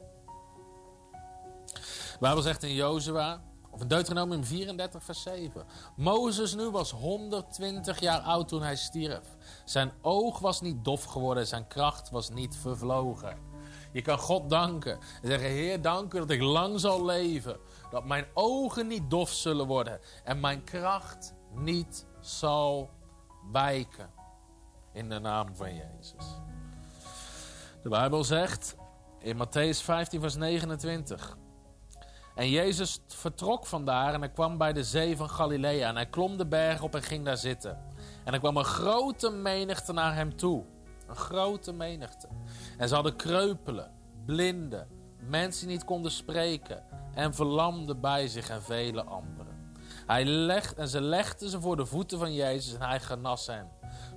De Bijbel zegt in Jozua, of in Deuteronomium vierendertig vers zeven. Mozes nu was honderdtwintig jaar oud toen hij stierf. Zijn oog was niet dof geworden, zijn kracht was niet vervlogen. Je kan God danken en zeggen, Heer, dank u dat ik lang zal leven. Dat mijn ogen niet dof zullen worden en mijn kracht niet zal wijken. In de naam van Jezus. De Bijbel zegt in Mattheüs vijftien vers negenentwintig. En Jezus vertrok vandaar en hij kwam bij de zee van Galilea. En hij klom de berg op en ging daar zitten. En er kwam een grote menigte naar hem toe. Een grote menigte. En ze hadden kreupelen, blinden, mensen die niet konden spreken en verlamden bij zich en vele anderen. Hij legt, en ze legden ze voor de voeten van Jezus en hij genas hen.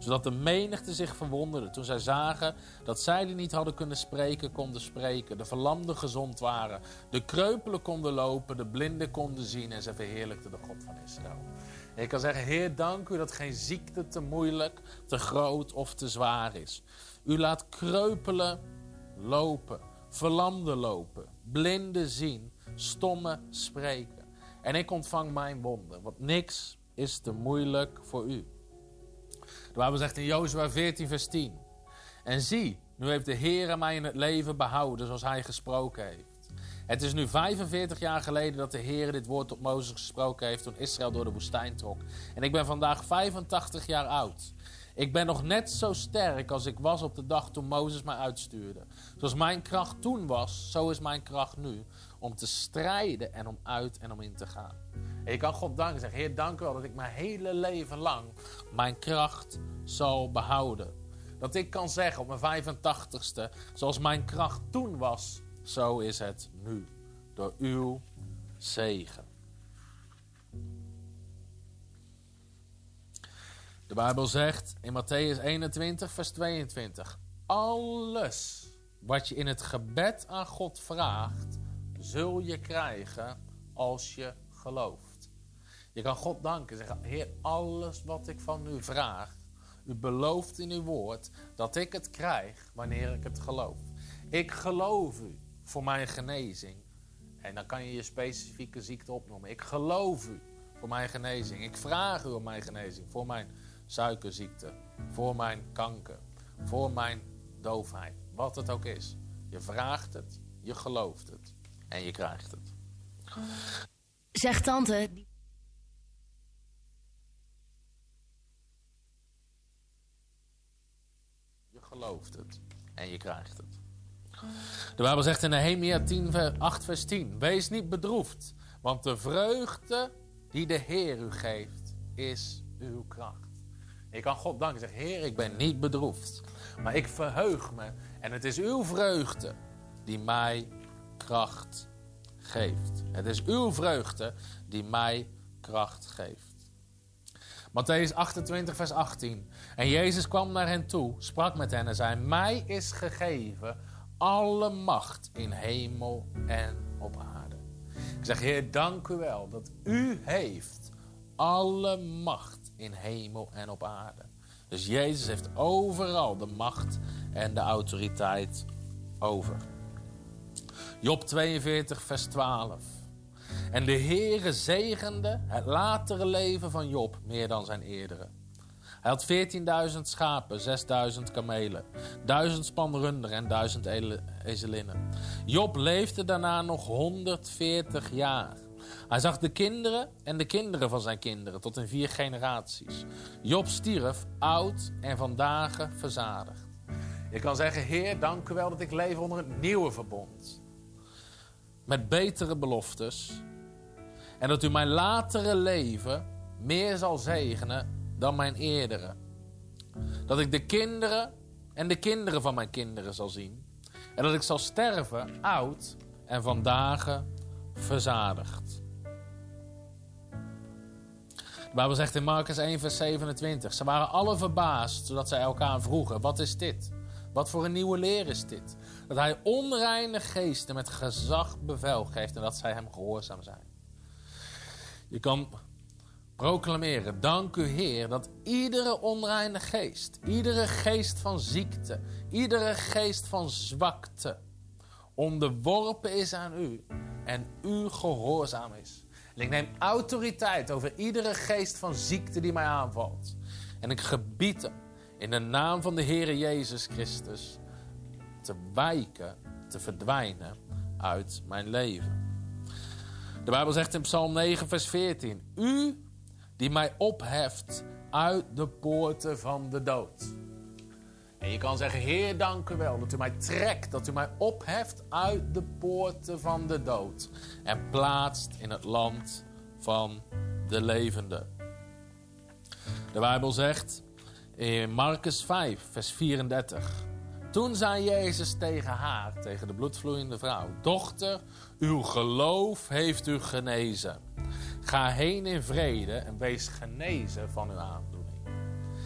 Zodat de menigte zich verwonderde toen zij zagen dat zij die niet hadden kunnen spreken, konden spreken. De verlamden gezond waren. De kreupelen konden lopen, de blinden konden zien en ze verheerlijkten de God van Israël. En je kan zeggen, Heer, dank u dat geen ziekte te moeilijk, te groot of te zwaar is. U laat kreupelen lopen, verlamden lopen, blinden zien, stommen spreken. En ik ontvang mijn wonder, want niks is te moeilijk voor u. De Bijbel zegt in Jozua veertien vers tien. En zie, nu heeft de Heere mij in het leven behouden zoals hij gesproken heeft. Het is nu vijfenveertig jaar geleden dat de Heere dit woord tot Mozes gesproken heeft toen Israël door de woestijn trok. En ik ben vandaag vijfentachtig jaar oud. Ik ben nog net zo sterk als ik was op de dag toen Mozes mij uitstuurde. Zoals mijn kracht toen was, zo is mijn kracht nu. Om te strijden en om uit en om in te gaan. En je kan God danken en zeggen, Heer, dank u wel dat ik mijn hele leven lang mijn kracht zal behouden. Dat ik kan zeggen op mijn vijfentachtigste, zoals mijn kracht toen was, zo is het nu. Door uw zegen. De Bijbel zegt in Mattheüs eenentwintig vers tweeëntwintig. Alles wat je in het gebed aan God vraagt, zul je krijgen als je gelooft. Je kan God danken en zeggen, Heer, alles wat ik van u vraag, u belooft in uw woord dat ik het krijg wanneer ik het geloof. Ik geloof u voor mijn genezing. En dan kan je je specifieke ziekte opnoemen. Ik geloof u voor mijn genezing. Ik vraag u om mijn genezing voor mijn suikerziekte, voor mijn kanker, voor mijn doofheid. Wat het ook is. Je vraagt het, je gelooft het en je krijgt het. Zeg tante. Je gelooft het en je krijgt het. De Bijbel zegt in Nehemia tien, acht vers tien. Wees niet bedroefd, want de vreugde die de Heer u geeft, is uw kracht. Je kan God danken en zeggen, Heer, ik ben niet bedroefd, maar ik verheug me. En het is uw vreugde die mij kracht geeft. Het is uw vreugde die mij kracht geeft. Mattheüs achtentwintig vers achttien. En Jezus kwam naar hen toe, sprak met hen en zei, mij is gegeven alle macht in hemel en op aarde. Ik zeg, Heer, dank u wel dat u heeft alle macht in hemel en op aarde. Dus Jezus heeft overal de macht en de autoriteit over. Job tweeënveertig vers twaalf. En de Heere zegende het latere leven van Job meer dan zijn eerdere. Hij had veertienduizend schapen, zesduizend kamelen, duizend span runderen en duizend ezelinnen. Job leefde daarna nog honderdveertig jaar. Hij zag de kinderen en de kinderen van zijn kinderen tot in vier generaties. Job stierf oud en van dagen verzadigd. Je kan zeggen, Heer, dank u wel dat ik leef onder het nieuwe verbond. Met betere beloftes. En dat u mijn latere leven meer zal zegenen dan mijn eerdere. Dat ik de kinderen en de kinderen van mijn kinderen zal zien. En dat ik zal sterven oud en van dagen verzadigd. De Bijbel zegt in Marcus één vers zevenentwintig. Ze waren alle verbaasd, zodat zij elkaar vroegen, wat is dit? Wat voor een nieuwe leer is dit? Dat hij onreine geesten met gezag bevel geeft en dat zij hem gehoorzaam zijn. Je kan proclameren, dank u Heer, dat iedere onreine geest, iedere geest van ziekte, iedere geest van zwakte onderworpen is aan u en u gehoorzaam is. En ik neem autoriteit over iedere geest van ziekte die mij aanvalt. En ik gebied hem in de naam van de Heere Jezus Christus te wijken, te verdwijnen uit mijn leven. De Bijbel zegt in Psalm negen vers veertien. U die mij opheft uit de poorten van de dood. En je kan zeggen, Heer, dank u wel dat u mij trekt, dat u mij opheft uit de poorten van de dood. En plaatst in het land van de levenden. De Bijbel zegt in Marcus vijf vers vierendertig. Toen zei Jezus tegen haar, tegen de bloedvloeiende vrouw. Dochter, uw geloof heeft u genezen. Ga heen in vrede en wees genezen van uw aandoening.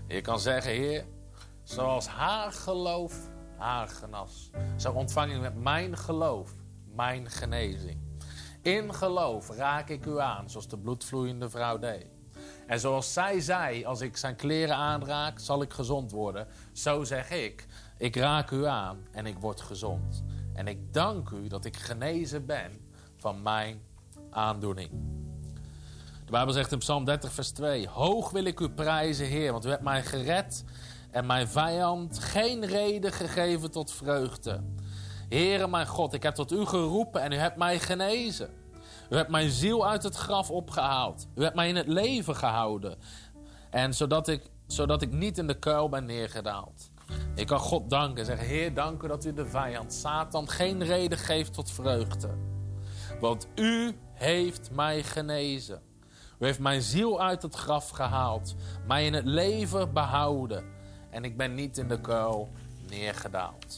Je kan zeggen, Heer, zoals haar geloof haar genas, zo ontvang ik met mijn geloof mijn genezing. In geloof raak ik u aan, zoals de bloedvloeiende vrouw deed. En zoals zij zei, als ik zijn kleren aanraak, zal ik gezond worden. Zo zeg ik, ik raak u aan en ik word gezond. En ik dank u dat ik genezen ben van mijn aandoening. De Bijbel zegt in Psalm dertig vers twee. Hoog wil ik u prijzen, Heer, want u hebt mij gered en mijn vijand geen reden gegeven tot vreugde. Heere mijn God, ik heb tot u geroepen en u hebt mij genezen. U hebt mijn ziel uit het graf opgehaald. U hebt mij in het leven gehouden. En zodat ik, zodat ik niet in de kuil ben neergedaald. Ik kan God danken en zeggen, Heer, dank u dat u de vijand, Satan, geen reden geeft tot vreugde. Want u heeft mij genezen. U heeft mijn ziel uit het graf gehaald. Mij in het leven behouden. En ik ben niet in de kuil neergedaald.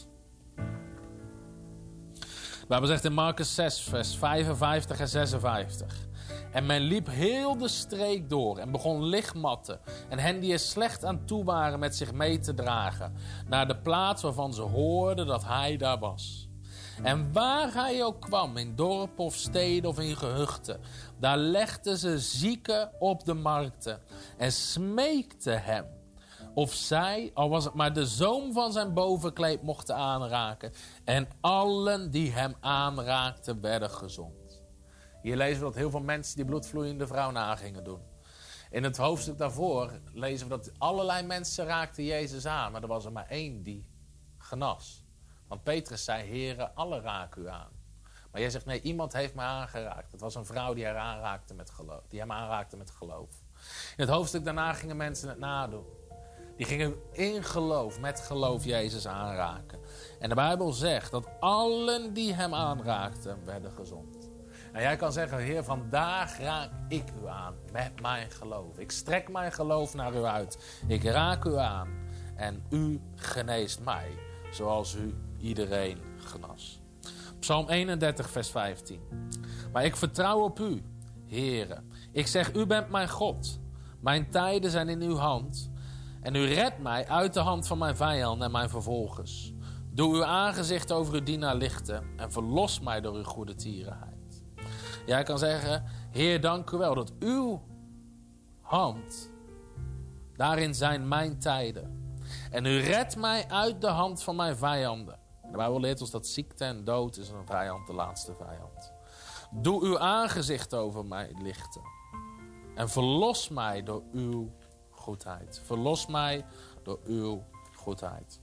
De Bijbel zegt in Marcus zes, vers vijfenvijftig en zesenvijftig. En men liep heel de streek door en begon lichtmatten en hen die er slecht aan toe waren met zich mee te dragen, naar de plaats waarvan ze hoorden dat hij daar was. En waar hij ook kwam, in dorpen of steden of in gehuchten, daar legden ze zieken op de markten en smeekten hem of zij, al was het maar de zoom van zijn bovenkleed, mochten aanraken. En allen die hem aanraakten, werden gezond. Hier lezen we dat heel veel mensen die bloedvloeiende vrouw na gingen doen. In het hoofdstuk daarvoor lezen we dat allerlei mensen raakten Jezus aan. Maar er was er maar één die genas. Want Petrus zei, Heere, alle raken u aan. Maar jij zegt, nee, iemand heeft mij aangeraakt. Het was een vrouw die, haar aanraakte met geloof, die hem aanraakte met geloof. In het hoofdstuk daarna gingen mensen het nadoen. Die gingen in geloof, met geloof Jezus aanraken. En de Bijbel zegt dat allen die hem aanraakten, werden gezond. En jij kan zeggen, Heer, vandaag raak ik u aan met mijn geloof. Ik strek mijn geloof naar u uit. Ik raak u aan en u geneest mij, zoals u iedereen genas. Psalm eenendertig, vers vijftien. Maar ik vertrouw op u, Heere. Ik zeg, u bent mijn God. Mijn tijden zijn in uw hand. En u redt mij uit de hand van mijn vijand en mijn vervolgers. Doe uw aangezicht over uw dienaar lichten en verlos mij door uw goede tierenheid. Jij kan zeggen, Heer, dank u wel dat uw hand, daarin zijn mijn tijden. En u redt mij uit de hand van mijn vijanden. De Bijbel leert ons dat ziekte en dood is een vijand, de laatste vijand. Doe uw aangezicht over mij lichten en verlos mij door uw goedheid. Verlos mij door uw goedheid.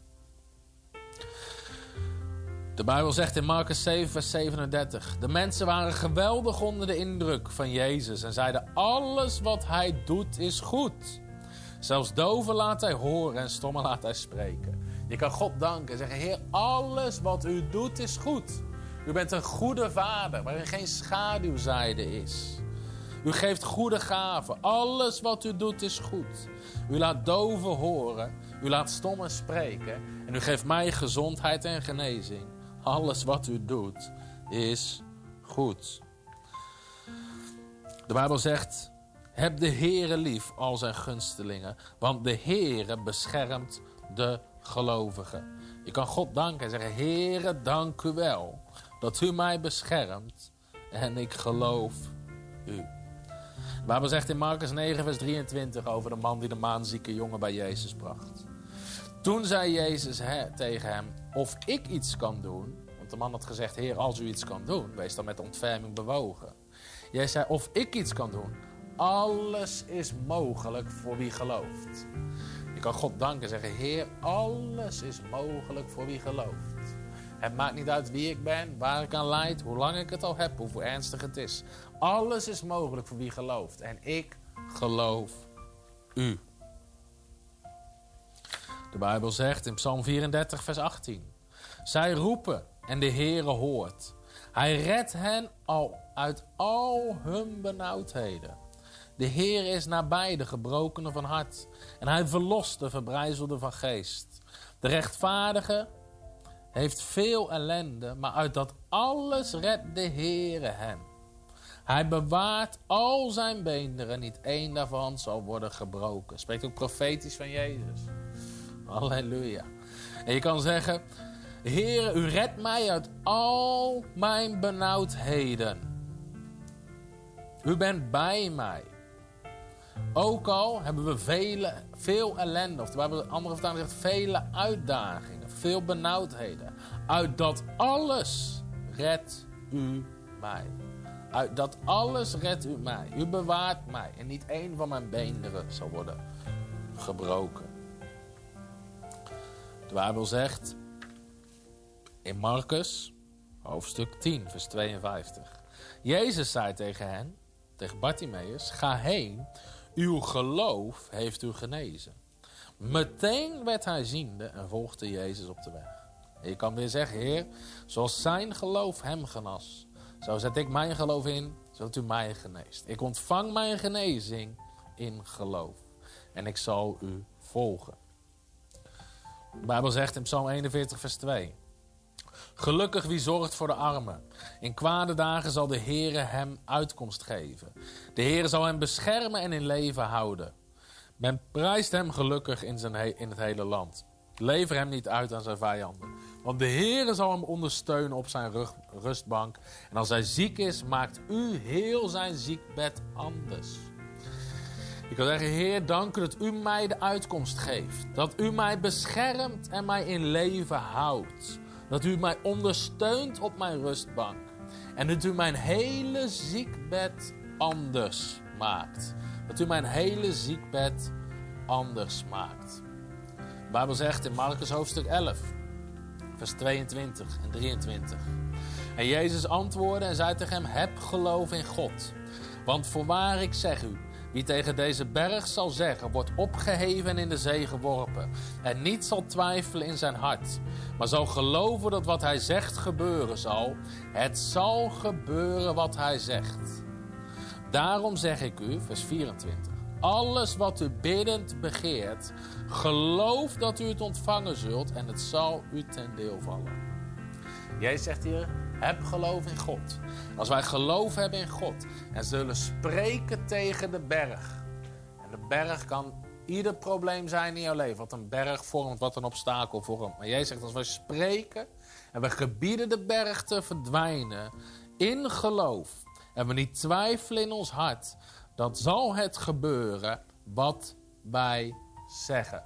De Bijbel zegt in Marcus zeven, vers zevenendertig. De mensen waren geweldig onder de indruk van Jezus en zeiden, alles wat hij doet is goed. Zelfs doven laat hij horen en stommen laat hij spreken. Je kan God danken en zeggen, Heer, alles wat u doet is goed. U bent een goede vader waarin geen schaduwzijde is. U geeft goede gaven. Alles wat u doet is goed. U laat doven horen. U laat stommen spreken. En u geeft mij gezondheid en genezing. Alles wat u doet is goed. De Bijbel zegt, heb de Heere lief, al zijn gunstelingen. Want de Heere beschermt de gelovigen. Je kan God danken en zeggen, Heere, dank u wel dat u mij beschermt. En ik geloof u. De Bijbel zegt in Marcus negen, vers drieëntwintig over de man die de maanzieke jongen bij Jezus bracht. Toen zei Jezus he, tegen hem, of ik iets kan doen. Want de man had gezegd, Heer, als u iets kan doen, wees dan met ontferming bewogen. Jij zei, of ik iets kan doen. Alles is mogelijk voor wie gelooft. Je kan God danken en zeggen, Heer, alles is mogelijk voor wie gelooft. Het maakt niet uit wie ik ben, waar ik aan leid, hoe lang ik het al heb, hoe ernstig het is. Alles is mogelijk voor wie gelooft. En ik geloof u. De Bijbel zegt in Psalm vierendertig, vers achttien. Zij roepen en de Heere hoort. Hij redt hen al uit al hun benauwdheden. De Heer is nabij de gebrokenen van hart. En hij verlost de verbrijzelden van geest. De rechtvaardige heeft veel ellende, maar uit dat alles redt de Heere hem. Hij bewaart al zijn beenderen, niet één daarvan zal worden gebroken. Spreekt ook profetisch van Jezus. Halleluja. En je kan zeggen, Heere, u redt mij uit al mijn benauwdheden. U bent bij mij. Ook al hebben we vele, veel ellende, of we hebben andere vertaling gezegd, vele uitdagingen, veel benauwdheden. Uit dat alles redt u mij. Uit dat alles redt u mij. U bewaart mij. En niet één van mijn beenderen zal worden gebroken. De Bijbel zegt in Marcus, hoofdstuk tien, vers tweeënvijftig. Jezus zei tegen hen, tegen Bartimaeus, ga heen, uw geloof heeft u genezen. Meteen werd hij ziende en volgde Jezus op de weg. En je kan weer zeggen, Heer, zoals zijn geloof hem genas, zo zet ik mijn geloof in, zodat u mij geneest. Ik ontvang mijn genezing in geloof. En ik zal u volgen. De Bijbel zegt in Psalm eenenveertig, vers twee. Gelukkig wie zorgt voor de armen. In kwade dagen zal de Heere hem uitkomst geven. De Heere zal hem beschermen en in leven houden. Men prijst hem gelukkig in, zijn he- in het hele land. Lever hem niet uit aan zijn vijanden. Want de Heere zal hem ondersteunen op zijn rug, rustbank. En als hij ziek is, maakt u heel zijn ziekbed anders. Ik kan zeggen, Heer, dank u dat u mij de uitkomst geeft. Dat u mij beschermt en mij in leven houdt. Dat u mij ondersteunt op mijn rustbank. En dat u mijn hele ziekbed anders maakt. Dat u mijn hele ziekbed anders maakt. De Bijbel zegt in Marcus hoofdstuk elf, vers tweeëntwintig en drieëntwintig. En Jezus antwoordde en zei tegen hem, heb geloof in God. Want voorwaar ik zeg u, wie tegen deze berg zal zeggen, wordt opgeheven en in de zee geworpen. En niet zal twijfelen in zijn hart, maar zal geloven dat wat hij zegt gebeuren zal. Het zal gebeuren wat hij zegt. Daarom zeg ik u, vers vierentwintig. Alles wat u biddend begeert, geloof dat u het ontvangen zult en het zal u ten deel vallen. Jij zegt hier, heb geloof in God. Als wij geloof hebben in God en zullen spreken tegen de berg. En de berg kan ieder probleem zijn in jouw leven. Wat een berg vormt, wat een obstakel vormt. Maar jij zegt, als wij spreken en we gebieden de berg te verdwijnen in geloof. En we niet twijfelen in ons hart, dan zal het gebeuren wat wij zeggen.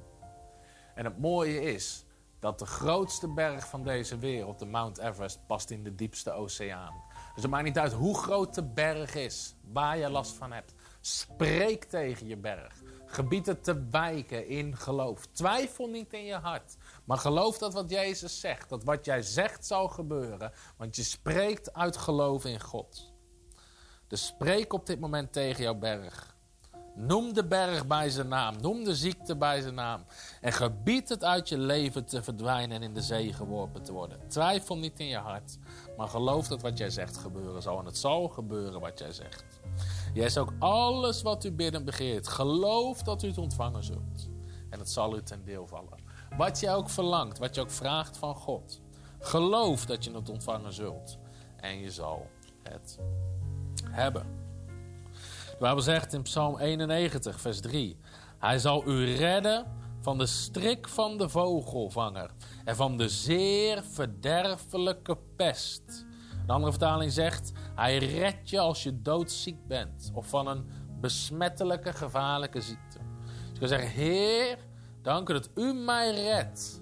En het mooie is dat de grootste berg van deze wereld, de Mount Everest, past in de diepste oceaan. Dus het maakt niet uit hoe groot de berg is, waar je last van hebt. Spreek tegen je berg. Gebied het te wijken in geloof. Twijfel niet in je hart. Maar geloof dat wat Jezus zegt, dat wat jij zegt zal gebeuren. Want je spreekt uit geloof in God. Dus spreek op dit moment tegen jouw berg. Noem de berg bij zijn naam. Noem de ziekte bij zijn naam. En gebied het uit je leven te verdwijnen en in de zee geworpen te worden. Twijfel niet in je hart. Maar geloof dat wat jij zegt gebeuren zal. En het zal gebeuren wat jij zegt. Jij is ook alles wat u bidden begeert. Geloof dat u het ontvangen zult. En het zal u ten deel vallen. Wat je ook verlangt. Wat je ook vraagt van God. Geloof dat je het ontvangen zult. En je zal het hebben. De Bijbel zegt in Psalm eenennegentig, vers drie. Hij zal u redden van de strik van de vogelvanger en van de zeer verderfelijke pest. Een andere vertaling zegt, hij redt je als je doodziek bent of van een besmettelijke gevaarlijke ziekte. Dus ik kan zeggen, Heer, dank u dat u mij redt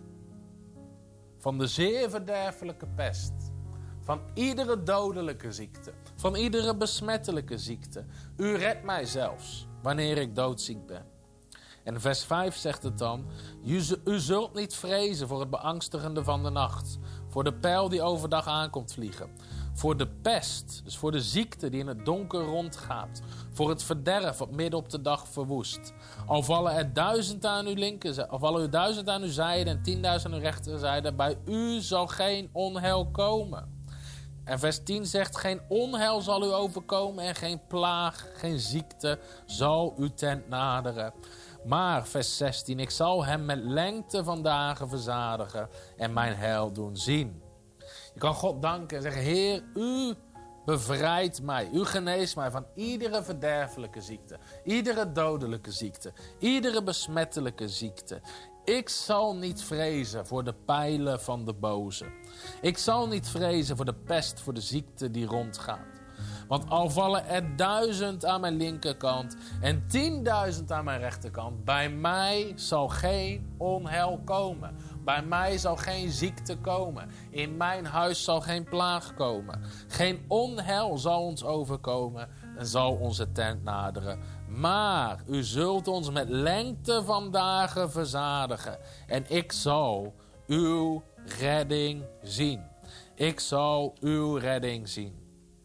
van de zeer verderfelijke pest. Van iedere dodelijke ziekte. Van iedere besmettelijke ziekte. U redt mij zelfs wanneer ik doodziek ben. En vers vijf zegt het dan. U zult niet vrezen voor het beangstigende van de nacht. Voor de pijl die overdag aankomt vliegen. Voor de pest, dus voor de ziekte die in het donker rondgaat. Voor het verderf wat midden op de dag verwoest. Al vallen er duizend aan uw linker, al vallen er duizend aan uw zijde en tienduizend aan uw rechterzijde. Bij u zal geen onheil komen. En vers tien zegt, geen onheil zal u overkomen en geen plaag, geen ziekte zal uw tent naderen. Maar, vers zestien, ik zal hem met lengte van dagen verzadigen en mijn heil doen zien. Je kan God danken en zeggen, Heer, u bevrijdt mij. U geneest mij van iedere verderfelijke ziekte. Iedere dodelijke ziekte. Iedere besmettelijke ziekte. Ik zal niet vrezen voor de pijlen van de boze. Ik zal niet vrezen voor de pest, voor de ziekte die rondgaat. Want al vallen er duizend aan mijn linkerkant en tienduizend aan mijn rechterkant, bij mij zal geen onheil komen. Bij mij zal geen ziekte komen. In mijn huis zal geen plaag komen. Geen onheil zal ons overkomen en zal onze tent naderen. Maar u zult ons met lengte van dagen verzadigen. En ik zal uw redding zien. Ik zal uw redding zien.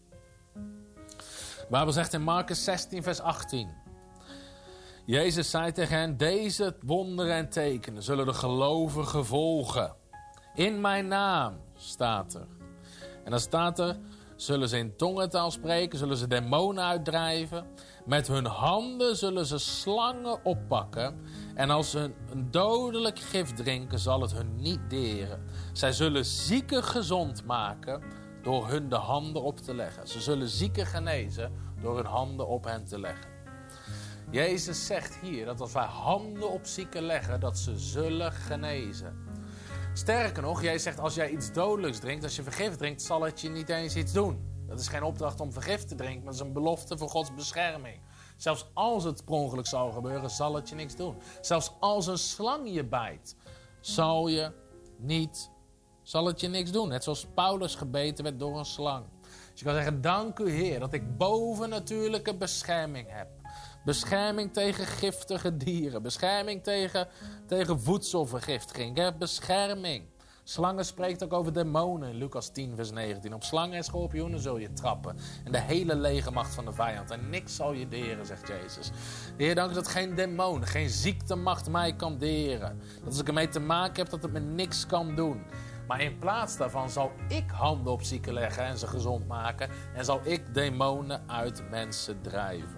De Bijbel zegt in Marcus zestien vers achttien. Jezus zei tegen hen, deze wonderen en tekenen zullen de gelovigen volgen. In mijn naam staat er. En dan staat er, zullen ze in tongentaal spreken, zullen ze demonen uitdrijven. Met hun handen zullen ze slangen oppakken. En als ze een dodelijk gif drinken, zal het hun niet deren. Zij zullen zieken gezond maken door hun de handen op te leggen. Ze zullen zieken genezen door hun handen op hen te leggen. Jezus zegt hier dat als wij handen op zieken leggen, dat ze zullen genezen. Sterker nog, Jezus zegt als jij iets dodelijks drinkt, als je vergif drinkt, zal het je niet eens iets doen. Dat is geen opdracht om vergif te drinken, maar dat is een belofte voor Gods bescherming. Zelfs als het per ongeluk zou gebeuren, zal het je niks doen. Zelfs als een slang je bijt, zal, je niet, zal het je niks doen. Net zoals Paulus gebeten werd door een slang. Dus je kan zeggen, dank u Heer dat ik bovennatuurlijke bescherming heb. Bescherming tegen giftige dieren. Bescherming tegen, tegen voedselvergiftiging. Ik heb bescherming. Slangen spreekt ook over demonen in Lucas tien vers negentien. Op slangen en schorpioenen zul je trappen. En de hele legermacht van de vijand. En niks zal je deren, zegt Jezus. Heer, dank u dat geen demon, geen ziektemacht mij kan deren. Dat als ik ermee te maken heb, dat het me niks kan doen. Maar in plaats daarvan zal ik handen op zieken leggen en ze gezond maken. En zal ik demonen uit mensen drijven.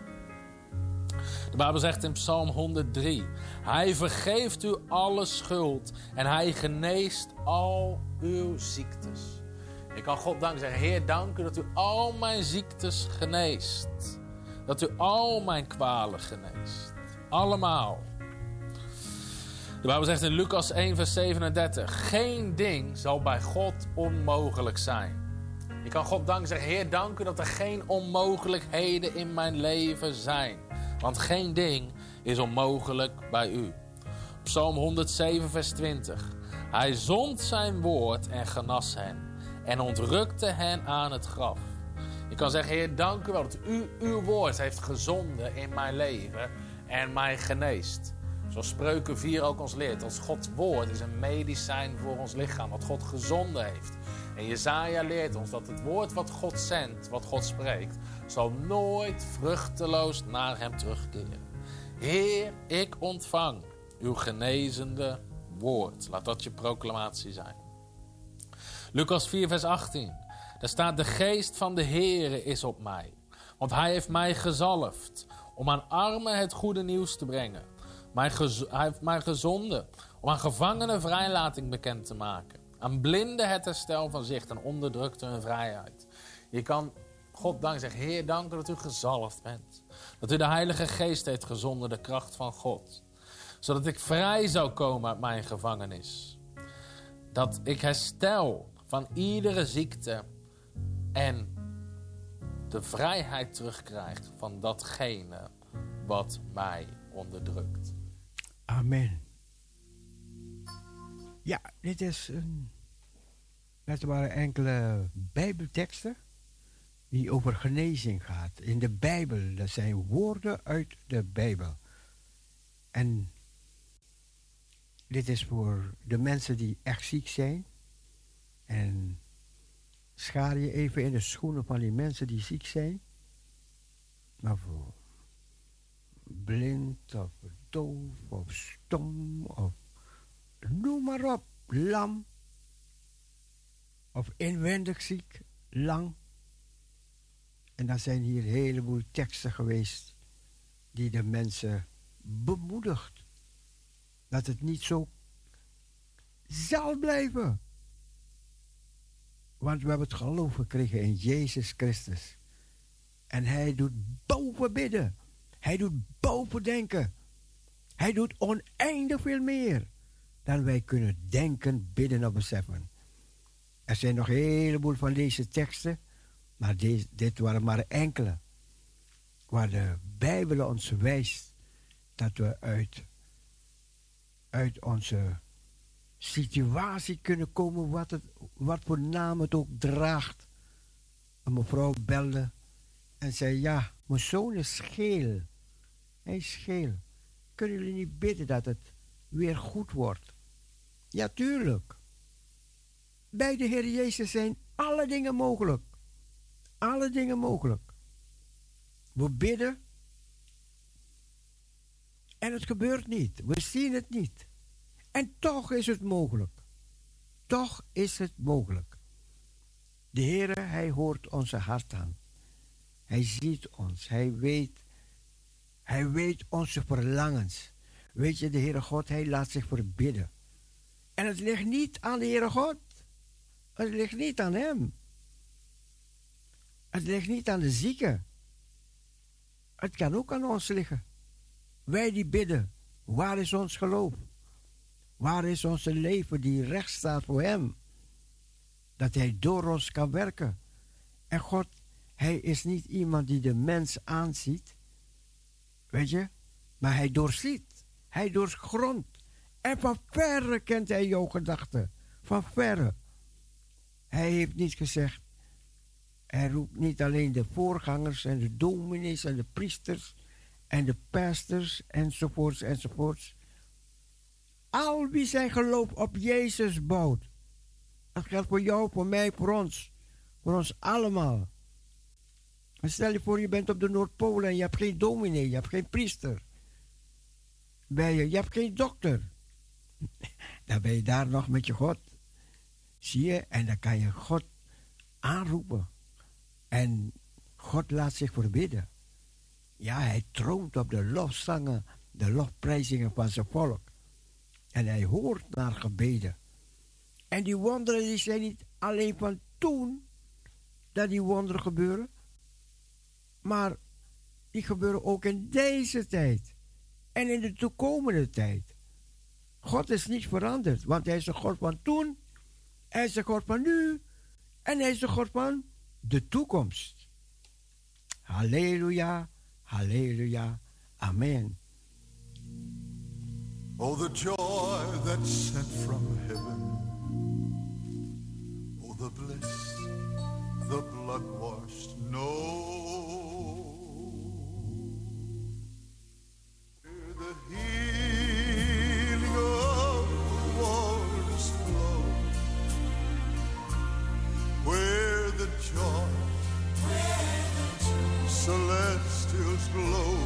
De Bijbel zegt in Psalm honderddrie. Hij vergeeft u alle schuld en hij geneest al uw ziektes. Ik kan God danken zeggen, Heer, dank u dat u al mijn ziektes geneest. Dat u al mijn kwalen geneest. Allemaal. De Bijbel zegt in Lucas één vers zevenendertig. Geen ding zal bij God onmogelijk zijn. Ik kan God danken zeggen, Heer, dank u dat er geen onmogelijkheden in mijn leven zijn. Want geen ding is onmogelijk bij u. Psalm honderdzeven vers twintig. Hij zond zijn woord en genas hen. En ontrukte hen aan het graf. Je kan zeggen, Heer, dank u wel dat u uw woord heeft gezonden in mijn leven. En mij geneest. Zoals Spreuken vier ook ons leert. Als Gods woord is een medicijn voor ons lichaam. Wat God gezonden heeft. En Jesaja leert ons dat het woord wat God zendt, wat God spreekt, zal nooit vruchteloos naar hem terugkeren. Heer, ik ontvang uw genezende woord. Laat dat je proclamatie zijn. Lucas vier vers achttien. Daar staat, de geest van de Heere is op mij. Want hij heeft mij gezalfd om aan armen het goede nieuws te brengen. Mij gez- hij heeft mij gezonden om aan gevangenen vrijlating bekend te maken. Aan blinden het herstel van zicht en onderdrukte hun vrijheid. Je kan God dank zeggen, Heer, dank u dat u gezalfd bent. Dat u de Heilige Geest heeft gezonden, de kracht van God. Zodat ik vrij zou komen uit mijn gevangenis. Dat ik herstel van iedere ziekte en de vrijheid terugkrijg van datgene wat mij onderdrukt. Amen. Ja, dit is een... Dat waren enkele Bijbelteksten die over genezing gaat. In de Bijbel, dat zijn woorden uit de Bijbel. En dit is voor de mensen die echt ziek zijn. En schaar je even in de schoenen van die mensen die ziek zijn. Maar voor blind of doof of stom of noem maar op, lam of inwendig ziek, lang. En dan zijn hier een heleboel teksten geweest die de mensen bemoedigt dat het niet zo zal blijven. Want we hebben het geloof gekregen in Jezus Christus. En hij doet boven bidden. Hij doet boven denken. Hij doet oneindig veel meer dan wij kunnen denken, bidden of beseffen. Er zijn nog een heleboel van deze teksten, maar deze, dit waren maar enkele. Waar de Bijbel ons wijst dat we uit, uit onze situatie kunnen komen, wat, het, wat voor naam het ook draagt. Een mevrouw belde en zei, ja, mijn zoon is geel. Hij is geel. Kunnen jullie niet bidden dat het weer goed wordt? Ja, tuurlijk. Bij de Heer Jezus zijn alle dingen mogelijk. Alle dingen mogelijk. We bidden en het gebeurt niet. We zien het niet. En toch is het mogelijk. Toch is het mogelijk. De Heer, hij hoort onze hart aan. Hij ziet ons. Hij weet, hij weet onze verlangens. Weet je, de Heere God, hij laat zich verbidden. En het ligt niet aan de Heere God. Het ligt niet aan hem. Het ligt niet aan de zieke. Het kan ook aan ons liggen. Wij die bidden, waar is ons geloof? Waar is ons leven die recht staat voor hem? Dat hij door ons kan werken. En God, hij is niet iemand die de mens aanziet. Weet je? Maar hij doorziet. Hij doorgrondt. En van verre kent hij jouw gedachten. Van verre. Hij heeft niet gezegd. Hij roept niet alleen de voorgangers en de dominees en de priesters en de pastors enzovoorts enzovoorts. Al wie zijn geloof op Jezus bouwt. Dat geldt voor jou, voor mij, voor ons. Voor ons allemaal. En stel je voor, je bent op de Noordpool en je hebt geen dominee, je hebt geen priester. Ben je, je hebt geen dokter. Dan ben je daar nog met je God. Zie je? En dan kan je God aanroepen. En God laat zich verbidden. Ja, hij troont op de lofzangen, de lofprijzingen van zijn volk. En hij hoort naar gebeden. En die wonderen die zijn niet alleen van toen dat die wonderen gebeuren. Maar die gebeuren ook in deze tijd. En in de toekomende tijd. God is niet veranderd. Want hij is de God van toen. Hij is de God van nu. En hij is de God van de toekomst. Halleluja. Halleluja. Amen. Oh, the joy that's sent from heaven. Oh, the bliss, the blood-washed know. Where the healing of the waters flow. Where the joy, where the joy celestials glow.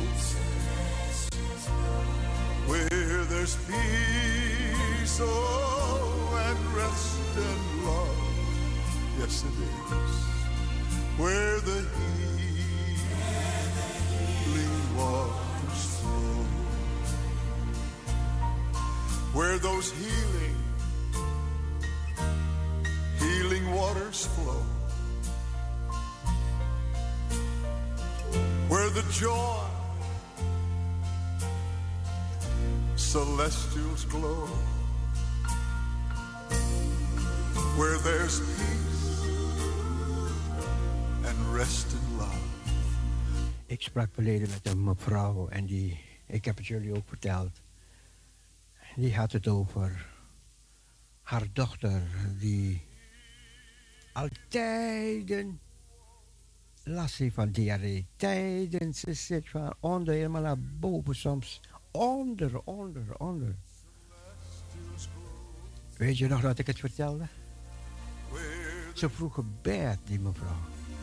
Where there's peace, oh, and rest and love. Yes, it is. Where the healing waters flow. Where those healing, healing waters flow. Where the joy, celestials glow. Where there's peace and rest in love. Ik sprak verleden met een mevrouw en die, ik heb het jullie ook verteld. Die had het over haar dochter die al tijden last heeft van diarree. Tijden, ze zit van onder helemaal naar boven soms. Onder, onder, onder. Weet je nog dat ik het vertelde? Ze vroeg gebed, die mevrouw.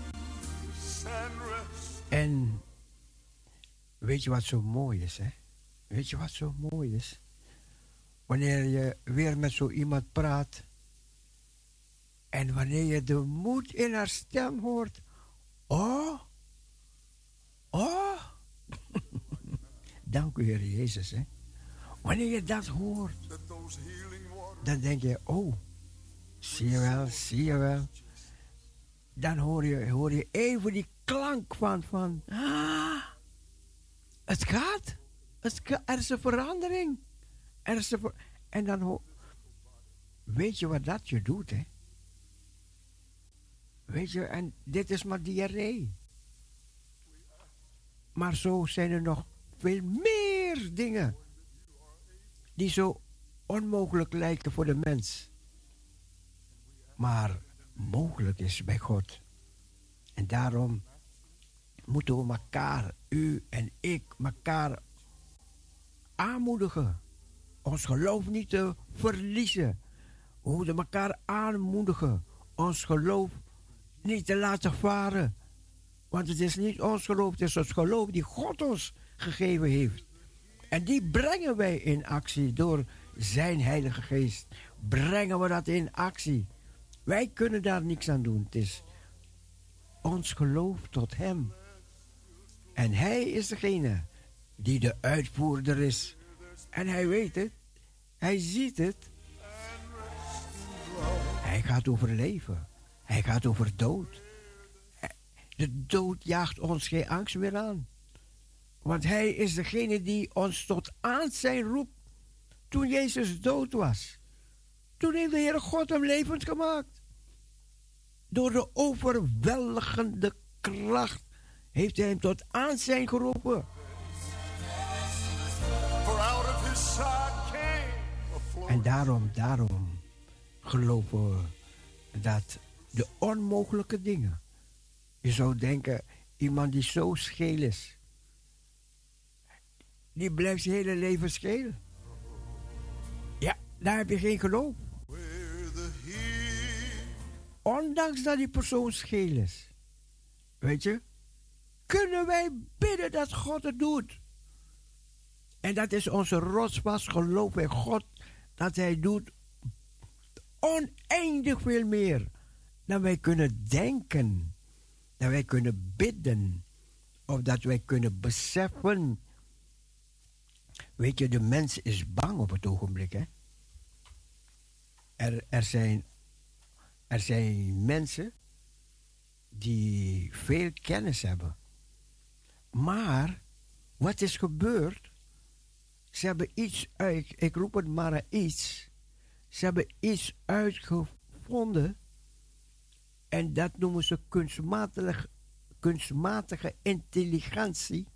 En weet je wat zo mooi is, hè? Weet je wat zo mooi is? Wanneer je weer met zo iemand praat. En wanneer je de moed in haar stem hoort. Oh. Oh. Dank u, Heer Jezus, hè. Wanneer je dat hoort. Dan denk je, oh. Zie je wel, zie je wel. dan hoor je, hoor je even die klank van, van ah, het gaat. Het, er is een verandering. Er is een ver, en dan ho, weet je wat dat je doet, hè? Weet je, en dit is maar diarree. Maar zo zijn er nog veel meer dingen die zo onmogelijk lijken voor de mens. Maar mogelijk is bij God. En daarom moeten we elkaar, u en ik, elkaar aanmoedigen. Ons geloof niet te verliezen. We moeten elkaar aanmoedigen. Ons geloof niet te laten varen. Want het is niet ons geloof, het is ons geloof die God ons gegeven heeft. En die brengen wij in actie door zijn Heilige Geest. Brengen we dat in actie. Wij kunnen daar niks aan doen. Het is ons geloof tot hem. En hij is degene die de uitvoerder is. En hij weet het. Hij ziet het. Hij gaat over leven. Hij gaat over dood. De dood jaagt ons geen angst meer aan. Want hij is degene die ons tot aanzijn roept. Toen Jezus dood was. Toen heeft de Heere God hem levend gemaakt. Door de overweldigende kracht heeft hij hem tot aanzijn geroepen. En daarom, daarom geloven we dat de onmogelijke dingen. Je zou denken, iemand die zo scheel is, die blijft zijn hele leven scheel. Ja, daar heb je geen geloof. Ondanks dat die persoon scheel is. Weet je, kunnen wij bidden dat God het doet. En dat is onze rotsvast geloof in God, dat hij doet oneindig veel meer dan wij kunnen denken. Dat wij kunnen bidden. Of dat wij kunnen beseffen. Weet je, de mens is bang op het ogenblik. Hè? Er, er, zijn, er zijn mensen die veel kennis hebben. Maar wat is gebeurd? Ze hebben iets uit, ik roep het maar iets. Ze hebben iets uitgevonden. En dat noemen ze kunstmatige, kunstmatige intelligentie.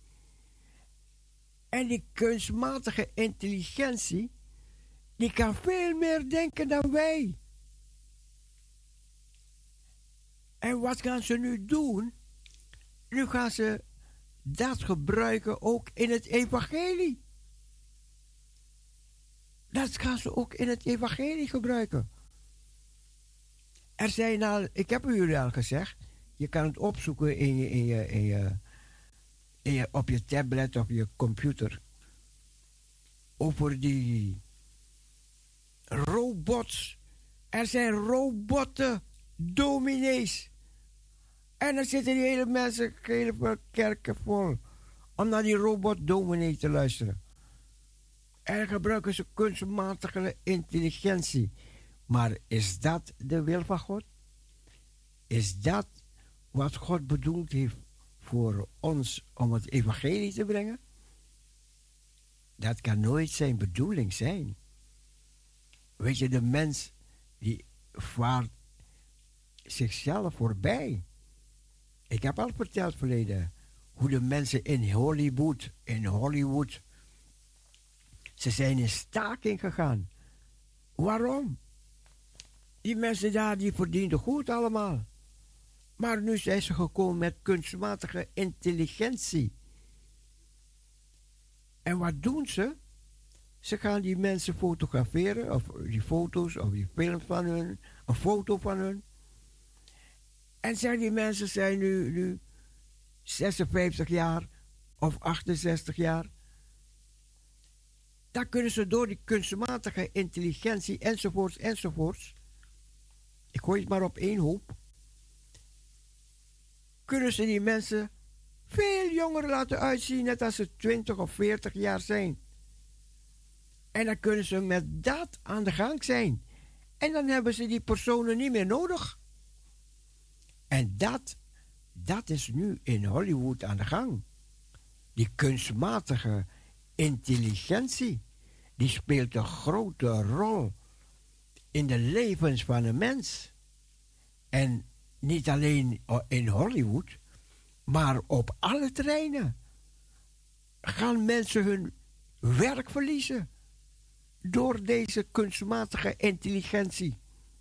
En die kunstmatige intelligentie, die kan veel meer denken dan wij. En wat gaan ze nu doen? Nu gaan ze dat gebruiken ook in het evangelie. Dat gaan ze ook in het evangelie gebruiken. Er zijn al, ik heb jullie al gezegd, je kan het opzoeken in je, in je, in je, in je, op je tablet of je computer. Over die robots. Er zijn robotten, dominees. En dan zitten die hele mensen, hele kerken vol, om naar die robot-dominee te luisteren. En gebruiken ze kunstmatige intelligentie. Maar is dat de wil van God? Is dat wat God bedoeld heeft voor ons om het evangelie te brengen? Dat kan nooit zijn bedoeling zijn. Weet je, de mens die vaart zichzelf voorbij. Ik heb al verteld verleden hoe de mensen in Hollywood, in Hollywood, ze zijn in staking gegaan. Waarom? Die mensen daar, die verdienden goed allemaal. Maar nu zijn ze gekomen met kunstmatige intelligentie. En wat doen ze? Ze gaan die mensen fotograferen, of die foto's, of die films van hun, een foto van hun. En zijn die mensen zijn nu, nu zesenvijftig jaar of achtenzestig jaar. Dan kunnen ze door die kunstmatige intelligentie enzovoorts enzovoorts. Ik gooi het maar op één hoop. Kunnen ze die mensen veel jonger laten uitzien, net als ze twintig of veertig jaar zijn. En dan kunnen ze met dat aan de gang zijn. En dan hebben ze die personen niet meer nodig. En dat, dat is nu in Hollywood aan de gang. Die kunstmatige intelligentie, die speelt een grote rol in de levens van een mens. En niet alleen in Hollywood, maar op alle terreinen gaan mensen hun werk verliezen door deze kunstmatige intelligentie.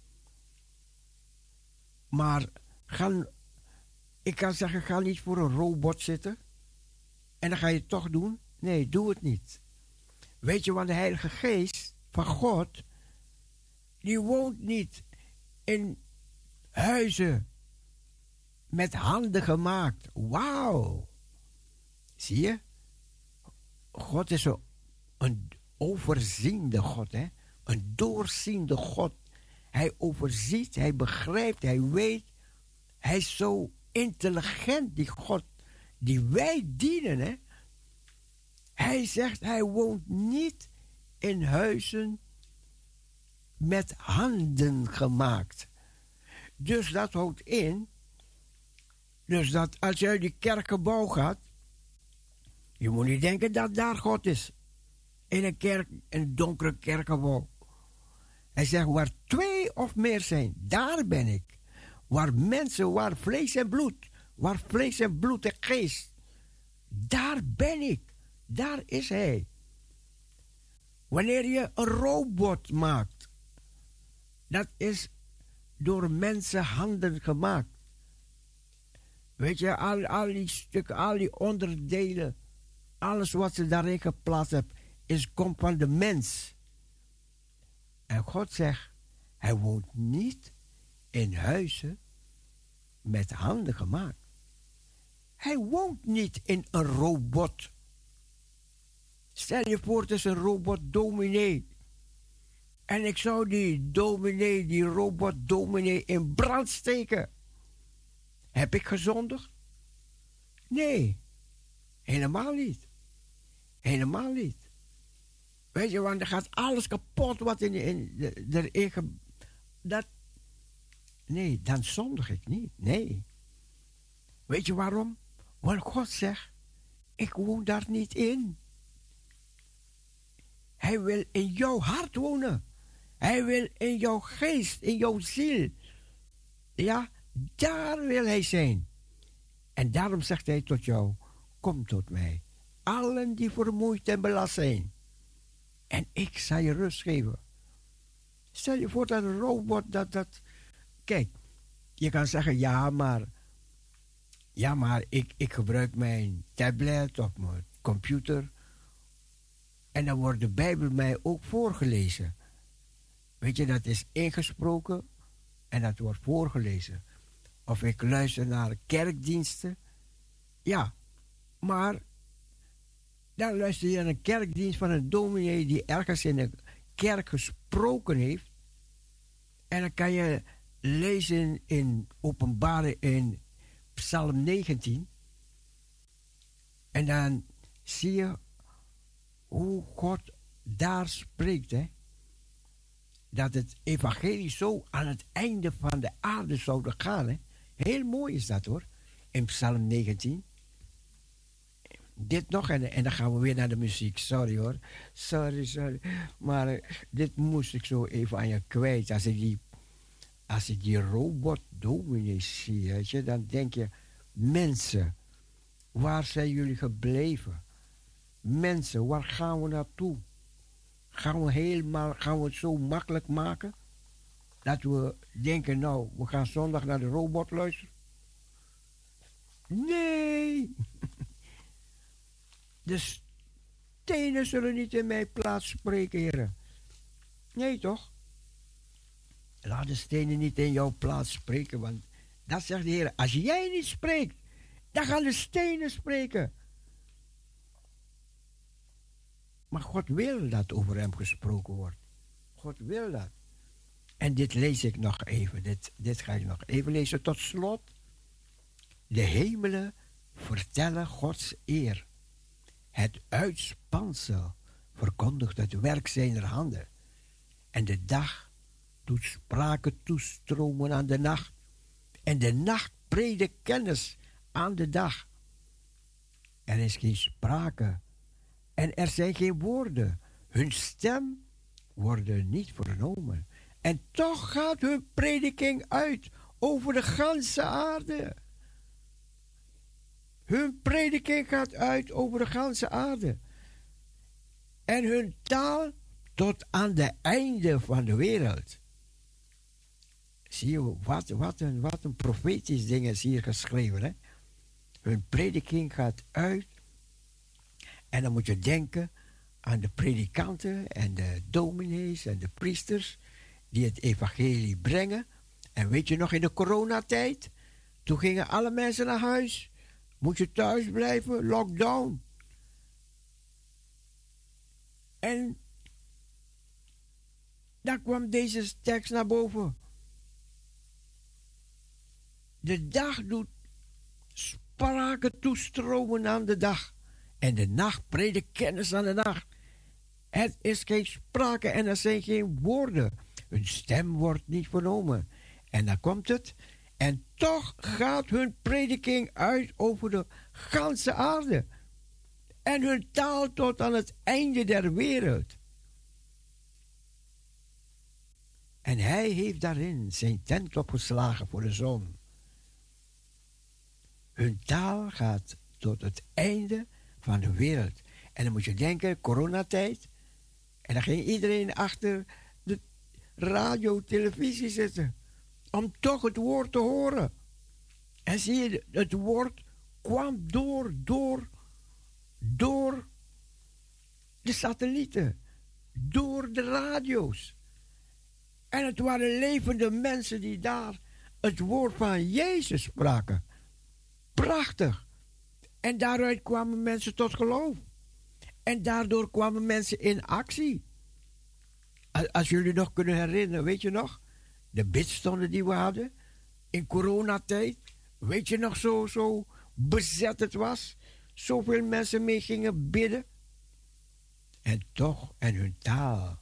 Maar gaan, ik kan zeggen, ga niet voor een robot zitten en dan ga je het toch doen. Nee, doe het niet. Weet je wat, de Heilige Geest van God, die woont niet in huizen met handen gemaakt. Wauw. Zie je? God is een, een overziende God, hè? Een doorziende God. Hij overziet, hij begrijpt, hij weet. Hij is zo intelligent, die God die wij dienen, hè? Hij zegt, hij woont niet in huizen met handen gemaakt. Dus dat houdt in, dus dat als je uit die kerkgebouw gaat, je moet niet denken dat daar God is. In een kerk, een donkere kerkgebouw. Hij zegt, waar twee of meer zijn, daar ben ik. Waar mensen, waar vlees en bloed, waar vlees en bloed en geest, daar ben ik. Daar is hij. Wanneer je een robot maakt, dat is door mensenhanden gemaakt. Weet je, al, al die stukken, al die onderdelen, alles wat ze daarin geplaatst hebben, is, komt van de mens. En God zegt, hij woont niet in huizen met handen gemaakt. Hij woont niet in een robot. Stel je voor, het is een robot-dominee. En ik zou die dominee, die robot-dominee in brand steken. Heb ik gezondigd? Nee, helemaal niet. Helemaal niet. Weet je, want er gaat alles kapot wat in, in, erin ge... Dat... Nee, dan zondig ik niet. Nee. Weet je waarom? Want God zegt, ik woon daar niet in. Hij wil in jouw hart wonen. Hij wil in jouw geest, in jouw ziel. Ja, daar wil hij zijn. En daarom zegt hij tot jou, kom tot mij. Allen die vermoeid en belast zijn. En ik zal je rust geven. Stel je voor dat een robot dat, dat... Kijk, je kan zeggen, ja, maar... Ja, maar ik, ik gebruik mijn tablet of mijn computer. En dan wordt de Bijbel mij ook voorgelezen. Weet je, dat is ingesproken en dat wordt voorgelezen. Of ik luister naar kerkdiensten. Ja, maar dan luister je naar een kerkdienst van een dominee die ergens in een kerk gesproken heeft. En dan kan je lezen in Openbaring in Psalm negentien. En dan zie je hoe God daar spreekt, hè. Dat het evangelie zo aan het einde van de aarde zou gaan, hè. Heel mooi is dat, hoor. In Psalm negentien. Dit nog, en, en dan gaan we weer naar de muziek. Sorry, hoor. Sorry, sorry. Maar uh, dit moest ik zo even aan je kwijt. Als ik die, als ik die robot-dominees zie, weet je, dan denk je, mensen, waar zijn jullie gebleven? Mensen, waar gaan we naartoe? Gaan we, helemaal, gaan we het zo makkelijk maken dat we denken, nou, we gaan zondag naar de robot luisteren? Nee! De stenen zullen niet in mijn plaats spreken, heren. Nee, toch? Laat de stenen niet in jouw plaats spreken, want dat zegt de Heer. Als jij niet spreekt, dan gaan de stenen spreken. Maar God wil dat over hem gesproken wordt. God wil dat. En dit lees ik nog even. Dit, dit ga ik nog even lezen. Tot slot. De hemelen vertellen Gods eer. Het uitspansel verkondigt het werk zijner handen. En de dag doet spraken toestromen aan de nacht. En de nacht predikt kennis aan de dag. Er is geen sprake en er zijn geen woorden. Hun stem worden niet vernomen. En toch gaat hun prediking uit over de ganse aarde. Hun prediking gaat uit over de ganse aarde. En hun taal tot aan de einde van de wereld. Zie je, wat, wat, een, wat een profetisch ding is hier geschreven. Hè? Hun prediking gaat uit. En dan moet je denken aan de predikanten en de dominees en de priesters die het evangelie brengen. En weet je nog, in de coronatijd, toen gingen alle mensen naar huis. Moet je thuis blijven, lockdown. En dan kwam deze tekst naar boven. De dag doet spraken toestromen aan de dag. En de nacht predikt kennis aan de nacht. Het is geen sprake en er zijn geen woorden. Hun stem wordt niet vernomen. En dan komt het. En toch gaat hun prediking uit over de ganse aarde. En hun taal tot aan het einde der wereld. En hij heeft daarin zijn tent opgeslagen voor de zon. Hun taal gaat tot het einde van de wereld. En dan moet je denken, coronatijd. En dan ging iedereen achter de radio, televisie zitten. Om toch het woord te horen. En zie je, het woord kwam door, door, door de satellieten. Door de radio's. En het waren levende mensen die daar het woord van Jezus spraken. Prachtig. En daaruit kwamen mensen tot geloof. En daardoor kwamen mensen in actie. Als jullie nog kunnen herinneren, weet je nog? De bidstonden die we hadden in coronatijd. Weet je nog, zo, zo bezet het was? Zoveel mensen mee gingen bidden. En toch, en hun taal.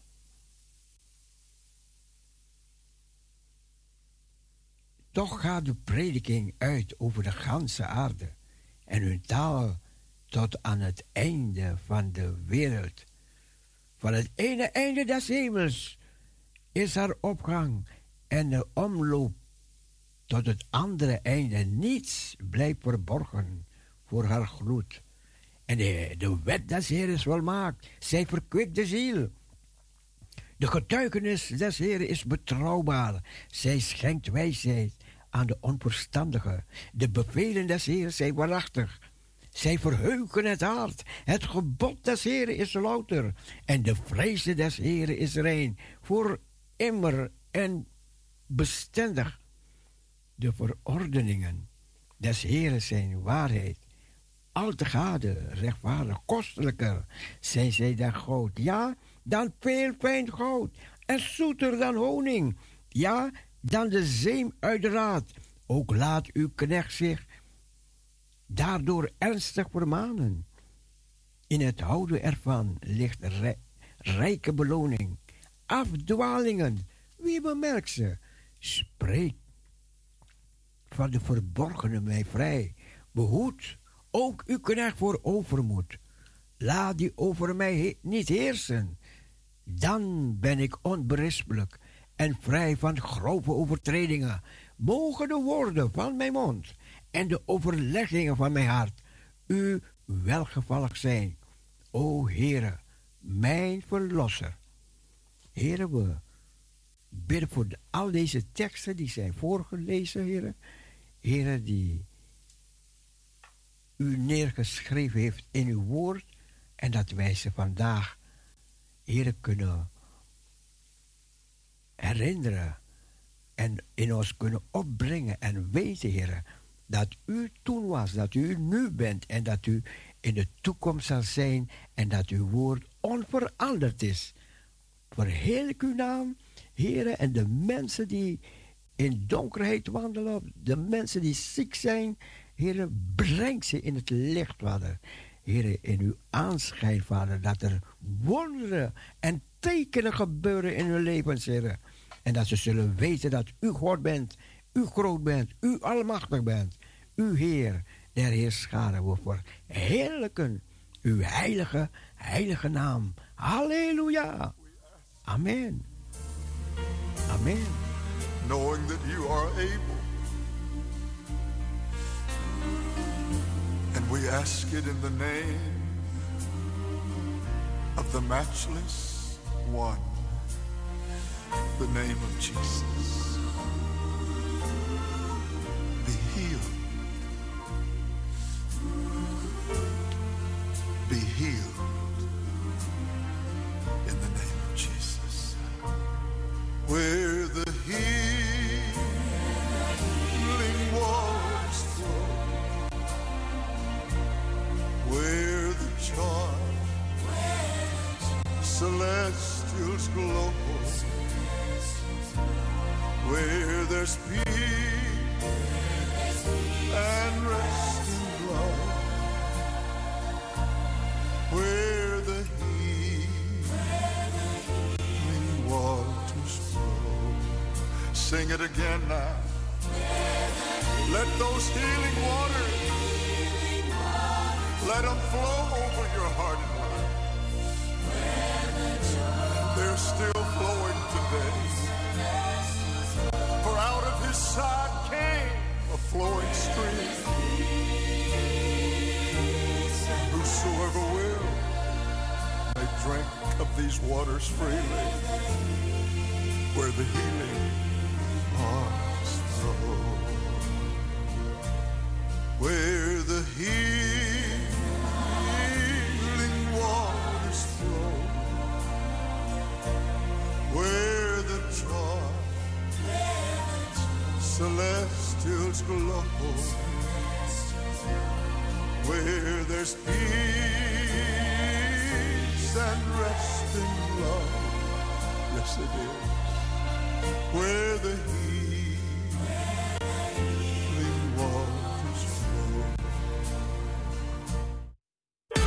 Toch gaat de prediking uit over de ganse aarde. En hun taal tot aan het einde van de wereld. Van het ene einde des hemels is haar opgang en de omloop tot het andere einde. Niets blijft verborgen voor haar gloed. En de, de wet des Heeren is volmaakt. Zij verkwikt de ziel. De getuigenis des Heeren is betrouwbaar. Zij schenkt wijsheid aan de onverstandigen. De bevelen des Heeren zijn waarachtig. Zij verheugen het hart. Het gebod des Heeren is louter. En de vrezen des Heeren is rein. Voor immer en bestendig. De verordeningen des Heeren zijn waarheid. Al te gade, rechtvaardig, kostelijker zijn zij dan goud. Ja, dan veel fijn goud. En zoeter dan honing. Ja, dan de zeem uit de raad. Ook laat uw knecht zich daardoor ernstig vermanen. In het houden ervan ligt rij, rijke beloning. Afdwalingen, wie bemerkt ze? Spreek van de verborgene mij vrij. Behoed ook uw knecht voor overmoed. Laat die over mij he- niet heersen. Dan ben ik onberispelijk en vrij van grove overtredingen. Mogen de woorden van mijn mond en de overleggingen van mijn hart u welgevallig zijn. O Heere, mijn verlosser. Heere, we bidden voor de, al deze teksten die zijn voorgelezen, Heere. Heere, die u neergeschreven heeft in uw woord. En dat wij ze vandaag, Heere, kunnen herinneren. En in ons kunnen opbrengen en weten, Heere, dat u toen was, dat u nu bent en dat u in de toekomst zal zijn en dat uw woord onveranderd is. Verheerlijk uw naam, Heere, en de mensen die in donkerheid wandelen, de mensen die ziek zijn, Heere, breng ze in het licht, Vader. Heere, in uw aanschijn, Vader, dat er wonderen en tekenen gebeuren in hun levens, Heere. En dat ze zullen weten dat u God bent u groot bent, u almachtig bent, u Heer der Heerscharen. We verheerlijken uw heilige, heilige naam. Halleluja. Amen. Amen. Knowing that you are able. And we ask it in the name of the matchless one, the name of Jesus. Be healed. Be healed in the name of Jesus. Where the healing waters flow, where the joy celestials glow, where there's peace and rest in love, where the healing waters flow. Sing it again now. Let those healing waters, let them flow over your heart and life. They're still flowing today. For out of his side came a flowing stream. Whosoever will may drink of these waters freely, where the healing arms flow. Where the healing waters flow, where the joy celestials glow, where there's peace and rest in love. Yes, it is. Where the